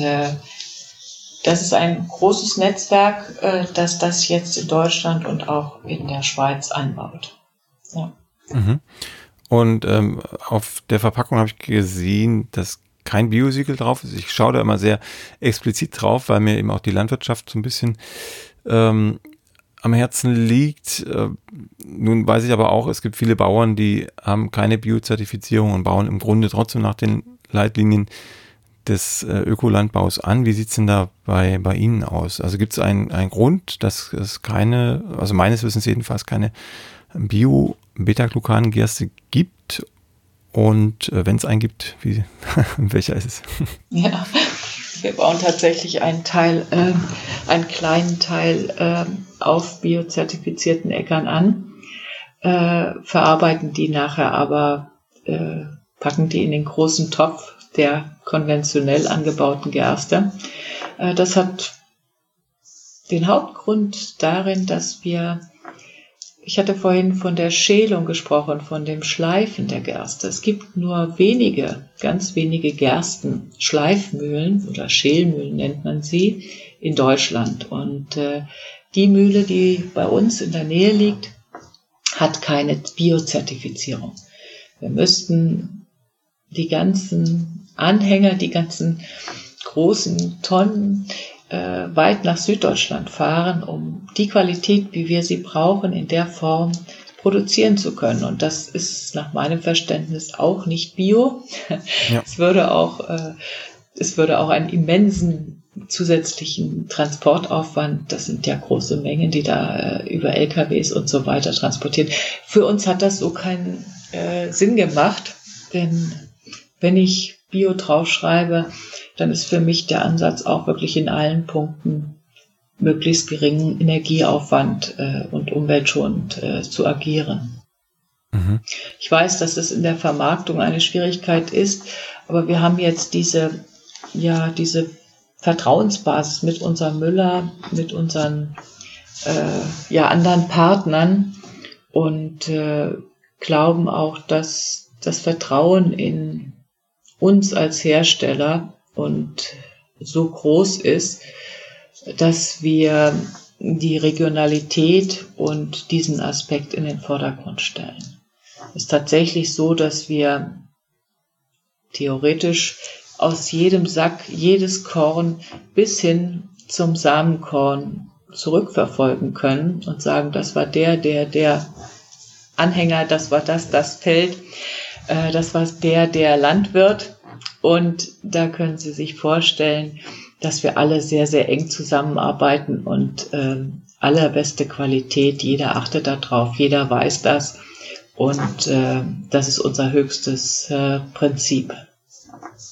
das ist ein großes Netzwerk, das das jetzt in Deutschland und auch in der Schweiz anbaut. Ja. Mhm. Und auf der Verpackung habe ich gesehen, dass kein Biosiegel drauf ist. Ich schaue da immer sehr explizit drauf, weil mir eben auch die Landwirtschaft so ein bisschen am Herzen liegt. Nun weiß ich aber auch, es gibt viele Bauern, die haben keine Biozertifizierung und bauen im Grunde trotzdem nach den Leitlinien des Ökolandbaus an. Wie sieht es denn da bei Ihnen aus? Also gibt es einen Grund, dass es keine, also meines Wissens jedenfalls keine Bio-Beta-Glucan-Gerste gibt? Und wenn es einen gibt, welcher ist es? Ja, wir bauen tatsächlich einen kleinen Teil auf biozertifizierten Äckern an, verarbeiten die nachher aber, packen die in den großen Topf der konventionell angebauten Gerste. Das hat den Hauptgrund darin, dass ich hatte vorhin von der Schälung gesprochen, von dem Schleifen der Gerste. Es gibt nur ganz wenige Gerstenschleifmühlen oder Schälmühlen nennt man sie in Deutschland. Und die Mühle, die bei uns in der Nähe liegt, hat keine Biozertifizierung. Wir müssten die ganzen Anhänger, die ganzen großen Tonnen weit nach Süddeutschland fahren, um die Qualität, wie wir sie brauchen, in der Form produzieren zu können. Und das ist nach meinem Verständnis auch nicht bio. Ja. Es würde auch einen immensen zusätzlichen Transportaufwand, das sind ja große Mengen, die da über LKWs und so weiter transportiert. Für uns hat das so keinen Sinn gemacht, denn wenn ich Bio draufschreibe, dann ist für mich der Ansatz auch wirklich in allen Punkten möglichst geringen Energieaufwand und umweltschonend zu agieren. Mhm. Ich weiß, dass es in der Vermarktung eine Schwierigkeit ist, aber wir haben jetzt diese Vertrauensbasis mit unserem Müller, mit unseren anderen Partnern und glauben auch, dass das Vertrauen in uns als Hersteller und so groß ist, dass wir die Regionalität und diesen Aspekt in den Vordergrund stellen. Es ist tatsächlich so, dass wir theoretisch aus jedem Sack jedes Korn bis hin zum Samenkorn zurückverfolgen können und sagen, das war der Anhänger, das war das Feld, das war der Landwirt. Und da können Sie sich vorstellen, dass wir alle sehr, sehr eng zusammenarbeiten und allerbeste Qualität, jeder achtet darauf, jeder weiß das und das ist unser höchstes Prinzip.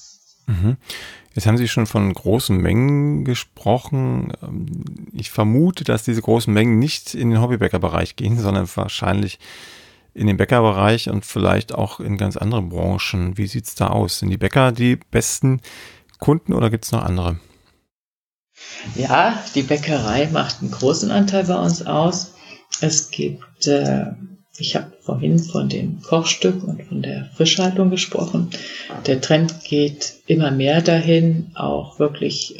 Mhm. Jetzt haben Sie schon von großen Mengen gesprochen. Ich vermute, dass diese großen Mengen nicht in den Hobbybäckerbereich gehen, sondern wahrscheinlich in den Bäckerbereich und vielleicht auch in ganz andere Branchen. Wie sieht's da aus? Sind die Bäcker die besten Kunden oder gibt's noch andere? Ja, die Bäckerei macht einen großen Anteil bei uns aus. Es gibt, ich habe vorhin von dem Kochstück und von der Frischhaltung gesprochen. Der Trend geht immer mehr dahin, auch wirklich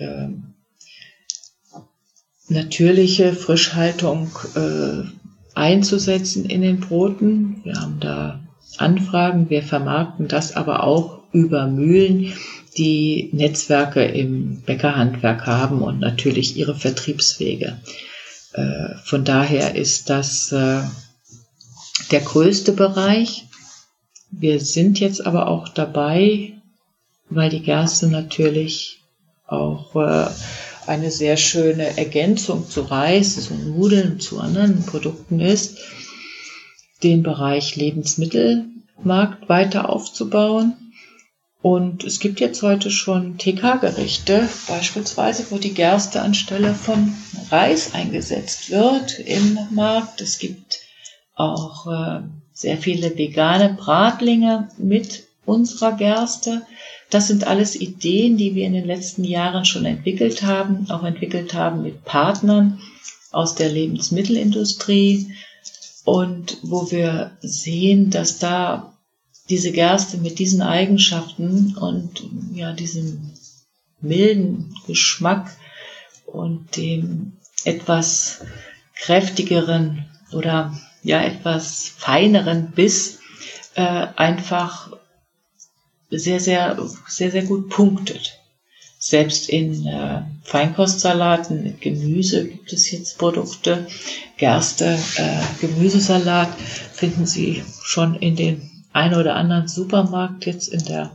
natürliche Frischhaltung einzusetzen in den Broten. Wir haben da Anfragen, wir vermarkten das aber auch über Mühlen, die Netzwerke im Bäckerhandwerk haben und natürlich ihre Vertriebswege. Von daher ist das der größte Bereich. Wir sind jetzt aber auch dabei, weil die Gerste natürlich auch eine sehr schöne Ergänzung zu Reis, zu Nudeln, zu anderen Produkten ist, den Bereich Lebensmittelmarkt weiter aufzubauen. Und es gibt jetzt heute schon TK-Gerichte, beispielsweise, wo die Gerste anstelle von Reis eingesetzt wird im Markt. Es gibt auch sehr viele vegane Bratlinge mit unserer Gerste. Das sind alles Ideen, die wir in den letzten Jahren schon entwickelt haben, auch entwickelt haben mit Partnern aus der Lebensmittelindustrie und wo wir sehen, dass da diese Gerste mit diesen Eigenschaften und ja, diesem milden Geschmack und dem etwas kräftigeren oder ja etwas feineren Biss einfach sehr, sehr, sehr, sehr gut punktet. Selbst in Feinkostsalaten mit Gemüse gibt es jetzt Produkte. Gerste, Gemüsesalat finden Sie schon in den ein oder anderen Supermarkt jetzt in der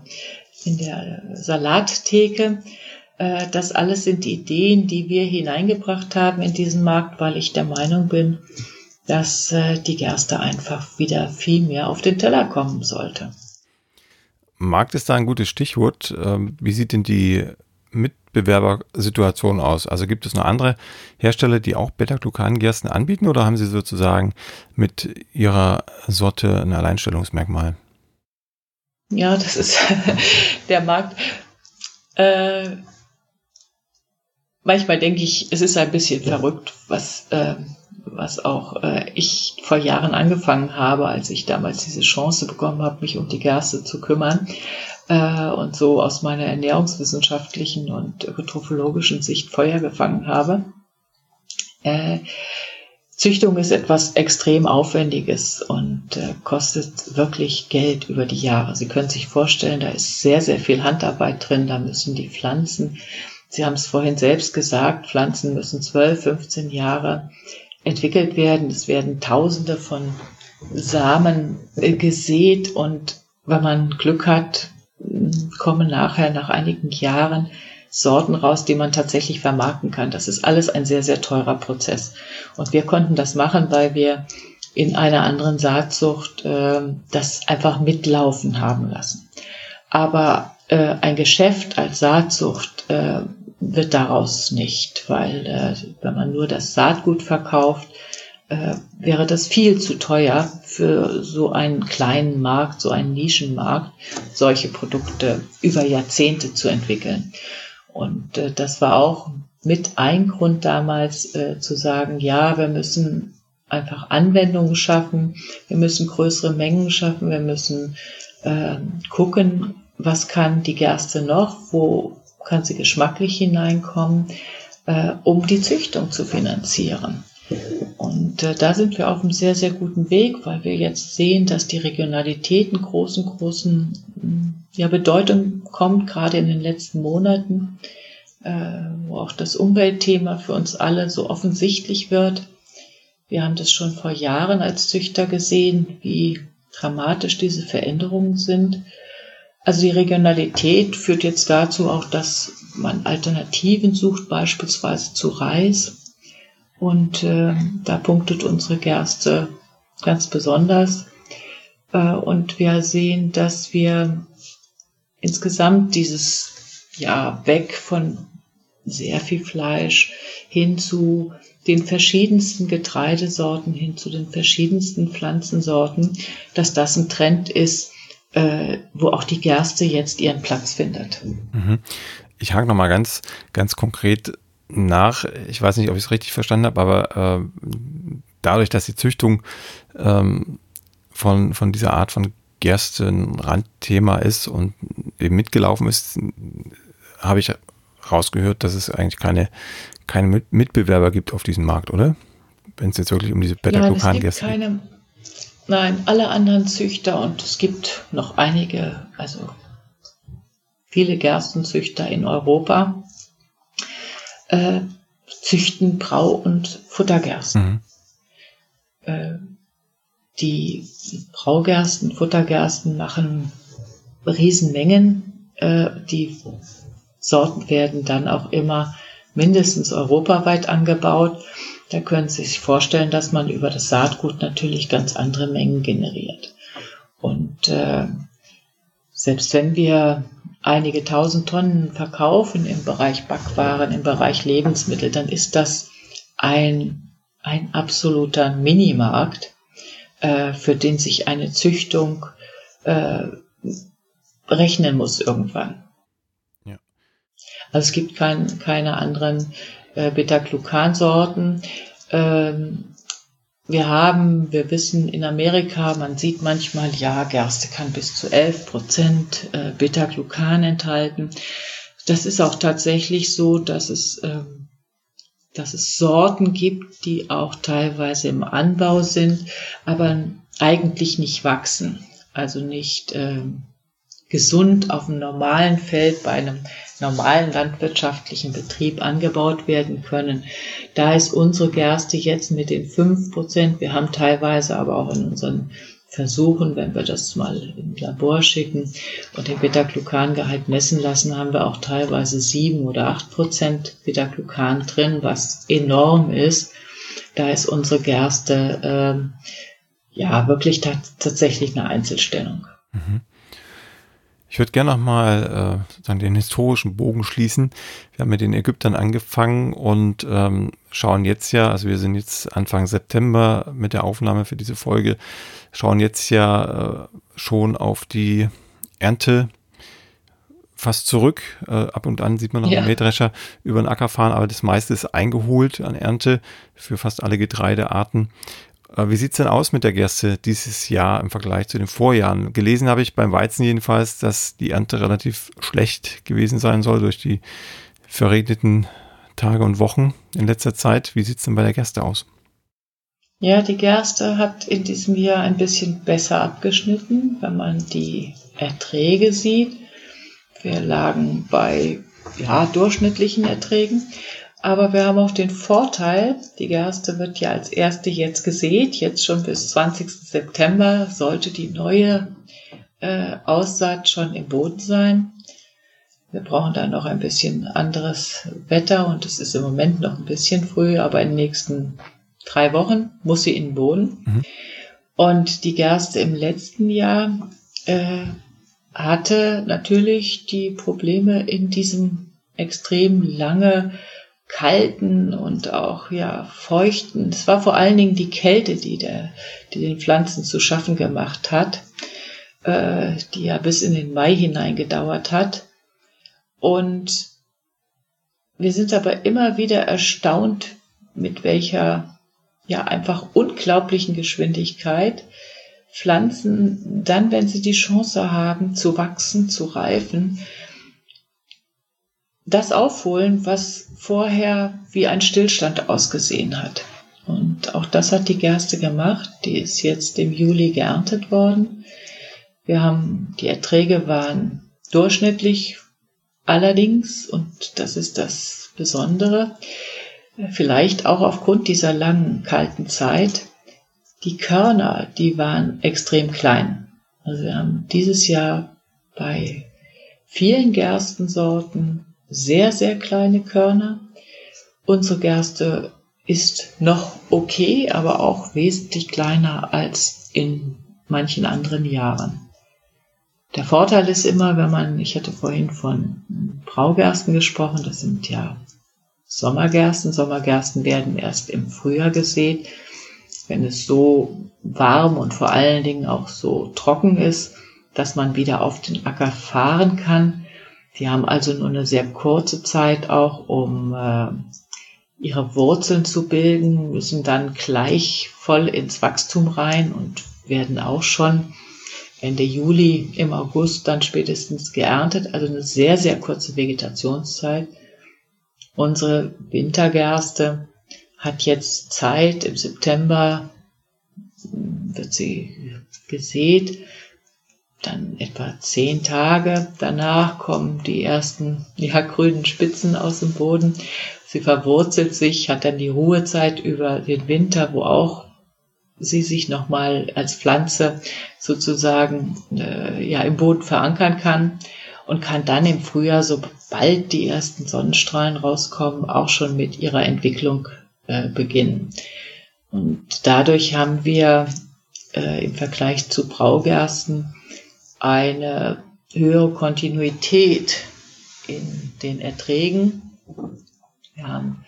Salattheke. Das alles sind Ideen, die wir hineingebracht haben in diesen Markt, weil ich der Meinung bin, dass die Gerste einfach wieder viel mehr auf den Teller kommen sollte. Markt ist da ein gutes Stichwort. Wie sieht denn die Mitbewerbersituation aus? Also gibt es noch andere Hersteller, die auch Beta-Glucan-Gersten anbieten oder haben Sie sozusagen mit Ihrer Sorte ein Alleinstellungsmerkmal? Ja, das ist der Markt. Manchmal denke ich, es ist ein bisschen verrückt, was auch ich vor Jahren angefangen habe, als ich damals diese Chance bekommen habe, mich um die Gerste zu kümmern und so aus meiner ernährungswissenschaftlichen und ökotrophologischen Sicht Feuer gefangen habe. Züchtung ist etwas extrem Aufwendiges und kostet wirklich Geld über die Jahre. Sie können sich vorstellen, da ist sehr, sehr viel Handarbeit drin, da müssen die Pflanzen, Sie haben es vorhin selbst gesagt, Pflanzen müssen 12, 15 Jahre entwickelt werden. Es werden Tausende von Samen gesät und wenn man Glück hat, kommen nachher nach einigen Jahren Sorten raus, die man tatsächlich vermarkten kann. Das ist alles ein sehr, sehr teurer Prozess. Und wir konnten das machen, weil wir in einer anderen Saatzucht das einfach mitlaufen haben lassen. Aber ein Geschäft als Saatzucht wird daraus nicht, weil wenn man nur das Saatgut verkauft, wäre das viel zu teuer für so einen kleinen Markt, so einen Nischenmarkt, solche Produkte über Jahrzehnte zu entwickeln. Und das war auch mit ein Grund damals zu sagen, ja, wir müssen einfach Anwendungen schaffen, wir müssen größere Mengen schaffen, wir müssen gucken, was kann die Gerste noch, wo kann sie geschmacklich hineinkommen, um die Züchtung zu finanzieren. Und da sind wir auf einem sehr, sehr guten Weg, weil wir jetzt sehen, dass die Regionalität einen großen Bedeutung kommt, gerade in den letzten Monaten, wo auch das Umweltthema für uns alle so offensichtlich wird. Wir haben das schon vor Jahren als Züchter gesehen, wie dramatisch diese Veränderungen sind. Also die Regionalität führt jetzt dazu auch, dass man Alternativen sucht, beispielsweise zu Reis. Und da punktet unsere Gerste ganz besonders. Und wir sehen, dass wir insgesamt dieses weg von sehr viel Fleisch hin zu den verschiedensten Getreidesorten, hin zu den verschiedensten Pflanzensorten, dass das ein Trend ist, wo auch die Gerste jetzt ihren Platz findet. Ich hake nochmal ganz, ganz konkret nach. Ich weiß nicht, ob ich es richtig verstanden habe, aber dadurch, dass die Züchtung von dieser Art von Gerste ein Randthema ist und eben mitgelaufen ist, habe ich rausgehört, dass es eigentlich keine Mitbewerber gibt auf diesem Markt, oder? Wenn es jetzt wirklich um diese Beta-Glucan-Gerste geht. Nein, alle anderen Züchter, und es gibt noch einige, also viele Gerstenzüchter in Europa, züchten Brau- und Futtergersten. Die Braugersten, Futtergersten machen Riesenmengen. Die Sorten werden dann auch immer mindestens europaweit angebaut. Da können Sie sich vorstellen, dass man über das Saatgut natürlich ganz andere Mengen generiert. Und selbst wenn wir einige tausend Tonnen verkaufen im Bereich Backwaren, im Bereich Lebensmittel, dann ist das ein absoluter Minimarkt, für den sich eine Züchtung rechnen muss irgendwann. Ja. Also es gibt keine anderen Beta-Glucan-Sorten. Wir wissen in Amerika, man sieht manchmal, Gerste kann bis zu 11% Beta-Glucan enthalten. Das ist auch tatsächlich so, dass es Sorten gibt, die auch teilweise im Anbau sind, aber eigentlich nicht wachsen, also nicht gesund auf einem normalen Feld bei einem normalen landwirtschaftlichen Betrieb angebaut werden können. Da ist unsere Gerste jetzt mit den 5%, wir haben teilweise aber auch in unseren Versuchen, wenn wir das mal im Labor schicken und den Beta-Glucan-Gehalt messen lassen, haben wir auch teilweise 7 oder 8% Beta-Glucan drin, was enorm ist. Da ist unsere Gerste wirklich tatsächlich eine Einzelstellung. Ich würde gerne nochmal den historischen Bogen schließen. Wir haben mit den Ägyptern angefangen und schauen jetzt also wir sind jetzt Anfang September mit der Aufnahme für diese Folge, schauen jetzt schon auf die Ernte fast zurück. Ab und an sieht man noch einen Mähdrescher über den Acker fahren, aber das meiste ist eingeholt an Ernte für fast alle Getreidearten. Wie sieht es denn aus mit der Gerste dieses Jahr im Vergleich zu den Vorjahren? Gelesen habe ich beim Weizen jedenfalls, dass die Ernte relativ schlecht gewesen sein soll durch die verregneten Tage und Wochen in letzter Zeit. Wie sieht es denn bei der Gerste aus? Ja, die Gerste hat in diesem Jahr ein bisschen besser abgeschnitten, wenn man die Erträge sieht. Wir lagen bei durchschnittlichen Erträgen. Aber wir haben auch den Vorteil, die Gerste wird ja als erste jetzt gesät, jetzt schon bis 20. September sollte die neue Aussaat schon im Boden sein. Wir brauchen da noch ein bisschen anderes Wetter und es ist im Moment noch ein bisschen früh, aber in den nächsten 3 Wochen muss sie in den Boden. Und die Gerste im letzten Jahr hatte natürlich die Probleme in diesem extrem lange kalten und auch feuchten. Es war vor allen Dingen die Kälte, die den Pflanzen zu schaffen gemacht hat, die ja bis in den Mai hinein gedauert hat. Und wir sind aber immer wieder erstaunt, mit welcher einfach unglaublichen Geschwindigkeit Pflanzen dann, wenn sie die Chance haben, zu wachsen, zu reifen, das aufholen, was vorher wie ein Stillstand ausgesehen hat. Und auch das hat die Gerste gemacht. Die ist jetzt im Juli geerntet worden. Die Erträge waren durchschnittlich allerdings, und das ist das Besondere, vielleicht auch aufgrund dieser langen, kalten Zeit, die Körner, die waren extrem klein. Also wir haben dieses Jahr bei vielen Gerstensorten sehr, sehr kleine Körner. Unsere Gerste ist noch okay, aber auch wesentlich kleiner als in manchen anderen Jahren. Der Vorteil ist immer, ich hatte vorhin von Braugersten gesprochen, das sind ja Sommergersten. Sommergersten werden erst im Frühjahr gesät, wenn es so warm und vor allen Dingen auch so trocken ist, dass man wieder auf den Acker fahren kann. Die haben also nur eine sehr kurze Zeit auch, um ihre Wurzeln zu bilden, müssen dann gleich voll ins Wachstum rein und werden auch schon Ende Juli, im August dann spätestens geerntet. Also eine sehr, sehr kurze Vegetationszeit. Unsere Wintergerste hat jetzt Zeit, im September wird sie gesät, dann etwa 10 Tage danach kommen die ersten grünen Spitzen aus dem Boden. Sie verwurzelt sich, hat dann die Ruhezeit über den Winter, wo auch sie sich nochmal als Pflanze sozusagen im Boden verankern kann und kann dann im Frühjahr, sobald die ersten Sonnenstrahlen rauskommen, auch schon mit ihrer Entwicklung beginnen. Und dadurch haben wir im Vergleich zu Braugersten eine höhere Kontinuität in den Erträgen. Wir haben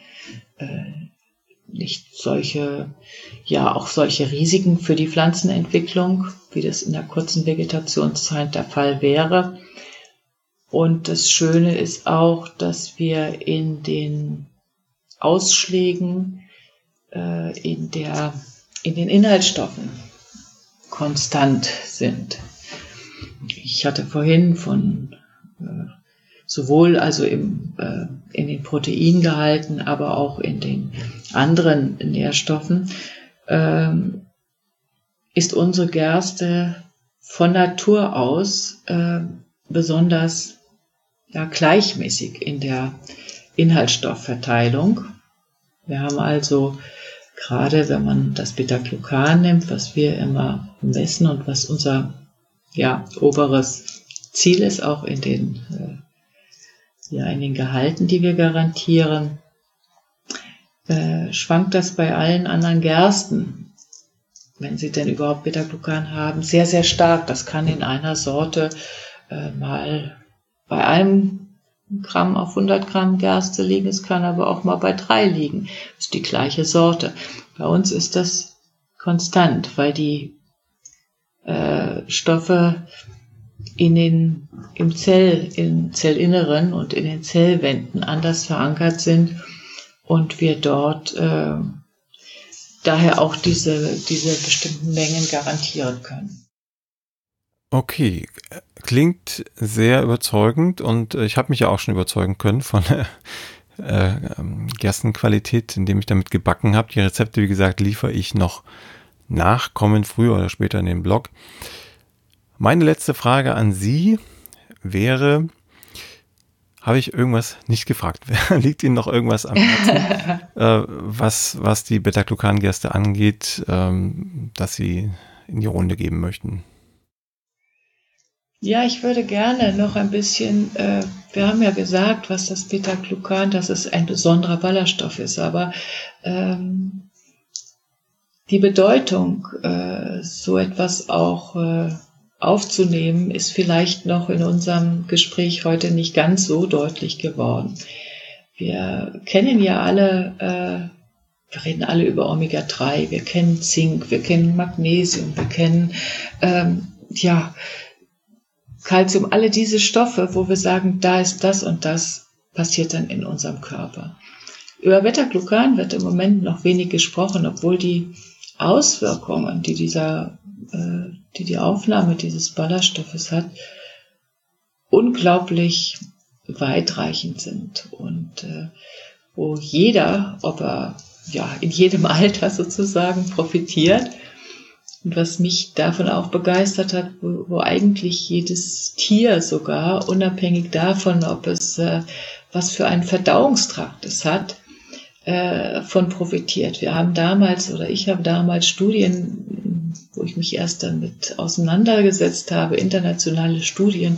nicht solche Risiken für die Pflanzenentwicklung, wie das in der kurzen Vegetationszeit der Fall wäre. Und das Schöne ist auch, dass wir in den Ausschlägen, in den Inhaltsstoffen konstant sind. Ich hatte vorhin von sowohl also in den Proteingehalten, aber auch in den anderen Nährstoffen, ist unsere Gerste von Natur aus besonders gleichmäßig in der Inhaltsstoffverteilung. Wir haben also, gerade wenn man das Beta-Glucan nimmt, was wir immer messen und was unser oberes Ziel ist, auch in den Gehalten, die wir garantieren, schwankt das bei allen anderen Gersten, wenn sie denn überhaupt Beta-Glucan haben, sehr, sehr stark. Das kann in einer Sorte mal bei 1 Gramm auf 100 Gramm Gerste liegen, es kann aber auch mal bei 3 liegen. Das ist die gleiche Sorte. Bei uns ist das konstant, weil die Stoffe im Zellinneren und in den Zellwänden anders verankert sind und wir dort daher auch diese bestimmten Mengen garantieren können. Okay, klingt sehr überzeugend und ich habe mich ja auch schon überzeugen können von der Gerstenqualität, indem ich damit gebacken habe. Die Rezepte, wie gesagt, liefere ich noch nach, kommen früher oder später in den Blog. Meine letzte Frage an Sie wäre, habe ich irgendwas nicht gefragt? Liegt Ihnen noch irgendwas am Herzen, was die Beta-Glucan-Gerste angeht, dass Sie in die Runde geben möchten? Ja, ich würde gerne noch ein bisschen, wir haben ja gesagt, was das Beta-Glucan, dass es ein besonderer Ballaststoff ist, aber die Bedeutung, so etwas auch aufzunehmen, ist vielleicht noch in unserem Gespräch heute nicht ganz so deutlich geworden. Wir kennen ja alle, wir reden alle über Omega-3, wir kennen Zink, wir kennen Magnesium, wir kennen Calcium, alle diese Stoffe, wo wir sagen, da ist das und das, passiert dann in unserem Körper. Über Beta-Glucan wird im Moment noch wenig gesprochen, obwohl die Auswirkungen, die die Aufnahme dieses Ballaststoffes hat, unglaublich weitreichend sind und wo jeder, ob er in jedem Alter sozusagen profitiert. Und was mich davon auch begeistert hat, wo eigentlich jedes Tier sogar, unabhängig davon, ob es was für einen Verdauungstrakt es hat, von profitiert. Ich habe damals Studien, wo ich mich erst damit auseinandergesetzt habe, internationale Studien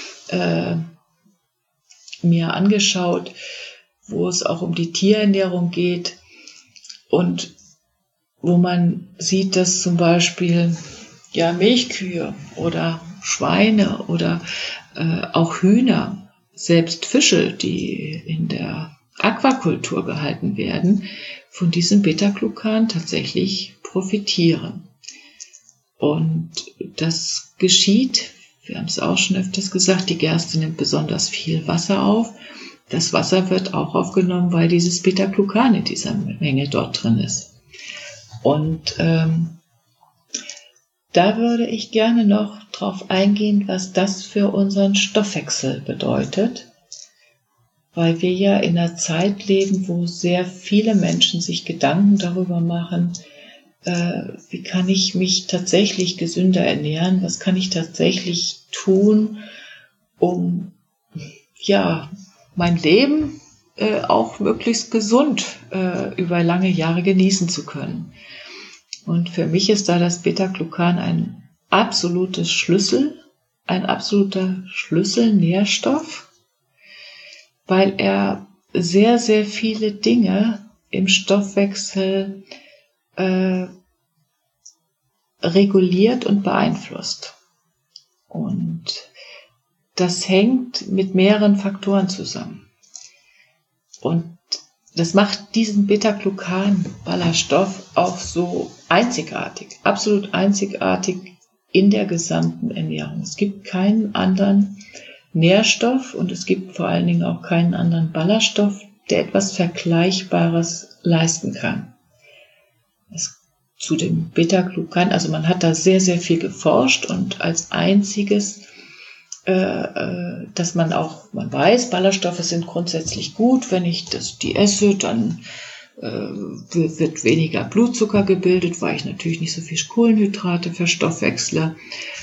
mir angeschaut, wo es auch um die Tierernährung geht und wo man sieht, dass zum Beispiel Milchkühe oder Schweine oder auch Hühner, selbst Fische, die in der Aquakultur gehalten werden, von diesem Beta-Glucan tatsächlich profitieren. Und das geschieht, wir haben es auch schon öfters gesagt, die Gerste nimmt besonders viel Wasser auf. Das Wasser wird auch aufgenommen, weil dieses Beta-Glucan in dieser Menge dort drin ist. Und da würde ich gerne noch drauf eingehen, was das für unseren Stoffwechsel bedeutet, weil wir ja in einer Zeit leben, wo sehr viele Menschen sich Gedanken darüber machen, wie kann ich mich tatsächlich gesünder ernähren, was kann ich tatsächlich tun, um mein Leben auch möglichst gesund über lange Jahre genießen zu können. Und für mich ist da das Beta-Glucan ein absoluter Schlüsselnährstoff, weil er sehr, sehr viele Dinge im Stoffwechsel reguliert und beeinflusst. Und das hängt mit mehreren Faktoren zusammen. Und das macht diesen Beta-Glucan-Ballaststoff auch so einzigartig, absolut einzigartig in der gesamten Ernährung. Es gibt keinen anderen Nährstoff und es gibt vor allen Dingen auch keinen anderen Ballaststoff, der etwas Vergleichbares leisten kann. Zu dem Beta-Glucan, also man hat da sehr, sehr viel geforscht und als einziges, dass man weiß, Ballaststoffe sind grundsätzlich gut, wenn ich die esse, dann wird weniger Blutzucker gebildet, weil ich natürlich nicht so viel Kohlenhydrate verstoffwechsle.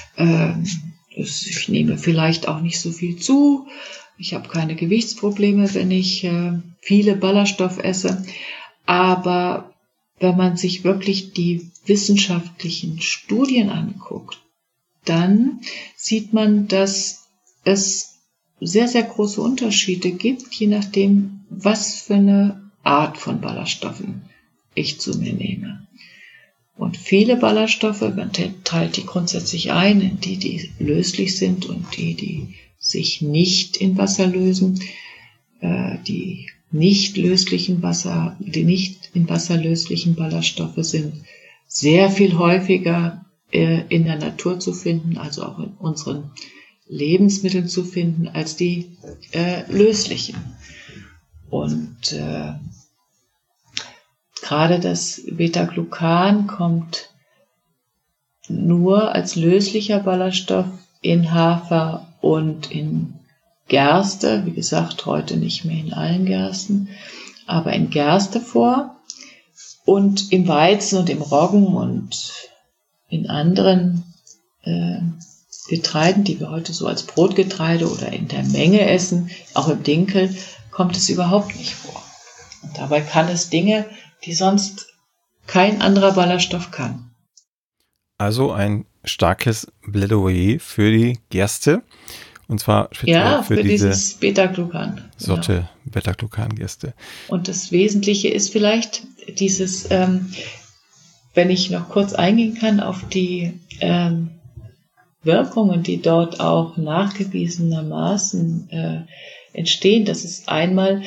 Ich nehme vielleicht auch nicht so viel zu. Ich habe keine Gewichtsprobleme, wenn ich viele Ballaststoffe esse. Aber wenn man sich wirklich die wissenschaftlichen Studien anguckt, dann sieht man, dass es sehr, sehr große Unterschiede gibt, je nachdem, was für eine Art von Ballaststoffen ich zu mir nehme. Und viele Ballaststoffe, man teilt die grundsätzlich ein in die löslich sind und die sich nicht in Wasser lösen. Die nicht in Wasser löslichen Ballaststoffe sind sehr viel häufiger in der Natur zu finden, also auch in unseren Lebensmitteln zu finden, als die löslichen. Und gerade das Beta-Glucan kommt nur als löslicher Ballaststoff in Hafer und in Gerste, wie gesagt, heute nicht mehr in allen Gersten, aber in Gerste vor und im Weizen und im Roggen und in anderen Getreiden, die wir heute so als Brotgetreide oder in der Menge essen, auch im Dinkel, kommt es überhaupt nicht vor. Und dabei kann es Dinge, die sonst kein anderer Ballaststoff kann. Also ein starkes Plädoyer für die Gerste. Und zwar speziell für dieses Beta-Glucan. Sorte Genau. Beta-Glucan-Gerste. Und das Wesentliche ist vielleicht dieses, wenn ich noch kurz eingehen kann auf die Wirkungen, die dort auch nachgewiesenermaßen entstehen. Das ist einmal,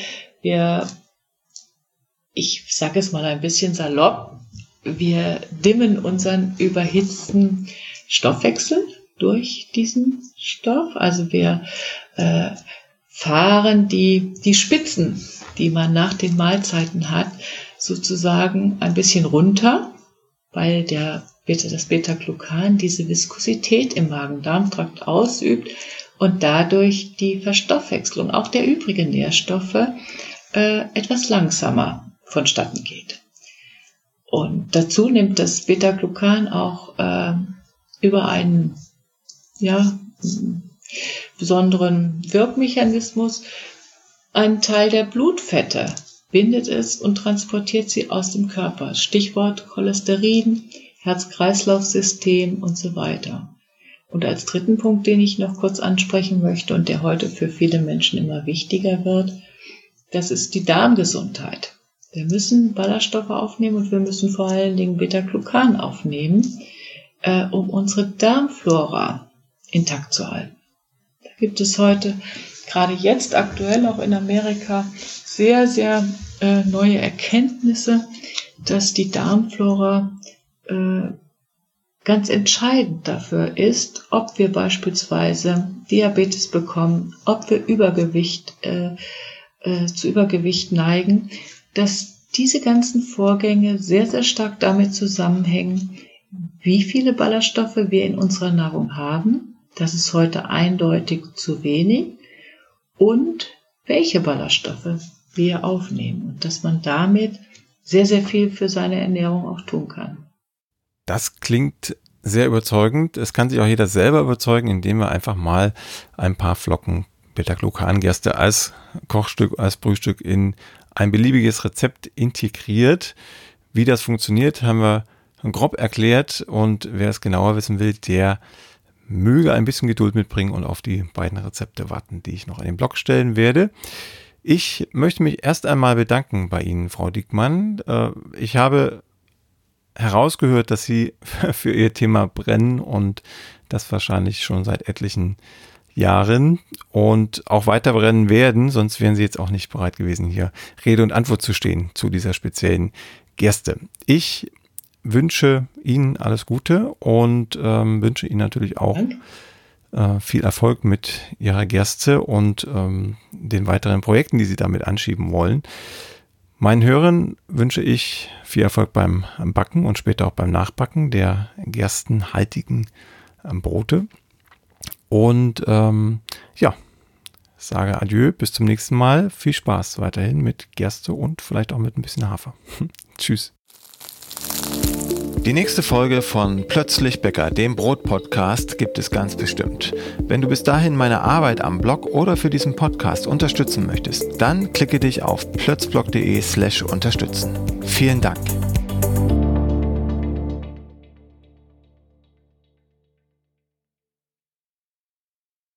ich sage es mal ein bisschen salopp, wir dimmen unseren überhitzten Stoffwechsel durch diesen Stoff. Also wir fahren die Spitzen, die man nach den Mahlzeiten hat, sozusagen ein bisschen runter, weil das Beta-Glucan diese Viskosität im Magen-Darm-Trakt ausübt und dadurch die Verstoffwechslung auch der übrigen Nährstoffe etwas langsamer vonstatten geht. Und dazu nimmt das Beta-Glucan auch über einen besonderen Wirkmechanismus einen Teil der Blutfette, bindet es und transportiert sie aus dem Körper. Stichwort Cholesterin, Herz-Kreislauf-System und so weiter. Und als dritten Punkt, den ich noch kurz ansprechen möchte und der heute für viele Menschen immer wichtiger wird, das ist die Darmgesundheit. Wir müssen Ballaststoffe aufnehmen und wir müssen vor allen Dingen Beta-Glucan aufnehmen, um unsere Darmflora intakt zu halten. Da gibt es heute, gerade jetzt aktuell auch in Amerika, sehr, sehr neue Erkenntnisse, dass die Darmflora ganz entscheidend dafür ist, ob wir beispielsweise Diabetes bekommen, ob wir zu Übergewicht neigen, dass diese ganzen Vorgänge sehr, sehr stark damit zusammenhängen, wie viele Ballaststoffe wir in unserer Nahrung haben. Das ist heute eindeutig zu wenig. Und welche Ballaststoffe wir aufnehmen. Und dass man damit sehr, sehr viel für seine Ernährung auch tun kann. Das klingt sehr überzeugend. Es kann sich auch jeder selber überzeugen, indem er einfach mal ein paar Flocken Beta-Glucan-Gerste als Kochstück, als Brühstück in ein beliebiges Rezept integriert. Wie das funktioniert, haben wir grob erklärt, und wer es genauer wissen will, der möge ein bisschen Geduld mitbringen und auf die beiden Rezepte warten, die ich noch in den Blog stellen werde. Ich möchte mich erst einmal bedanken bei Ihnen, Frau Diekmann. Ich habe herausgehört, dass Sie für Ihr Thema brennen, und das wahrscheinlich schon seit etlichen Jahren, und auch weiter brennen werden, sonst wären Sie jetzt auch nicht bereit gewesen, hier Rede und Antwort zu stehen zu dieser speziellen Gerste. Ich wünsche Ihnen alles Gute und wünsche Ihnen natürlich auch viel Erfolg mit Ihrer Gerste und den weiteren Projekten, die Sie damit anschieben wollen. Meinen Hörern wünsche ich viel Erfolg beim Backen und später auch beim Nachbacken der gerstenhaltigen Brote. Und sage Adieu, bis zum nächsten Mal. Viel Spaß weiterhin mit Gerste und vielleicht auch mit ein bisschen Hafer. Tschüss. Die nächste Folge von Plötzlich Bäcker, dem Brot-Podcast, gibt es ganz bestimmt. Wenn du bis dahin meine Arbeit am Blog oder für diesen Podcast unterstützen möchtest, dann klicke dich auf plötzblog.de/unterstützen. Vielen Dank.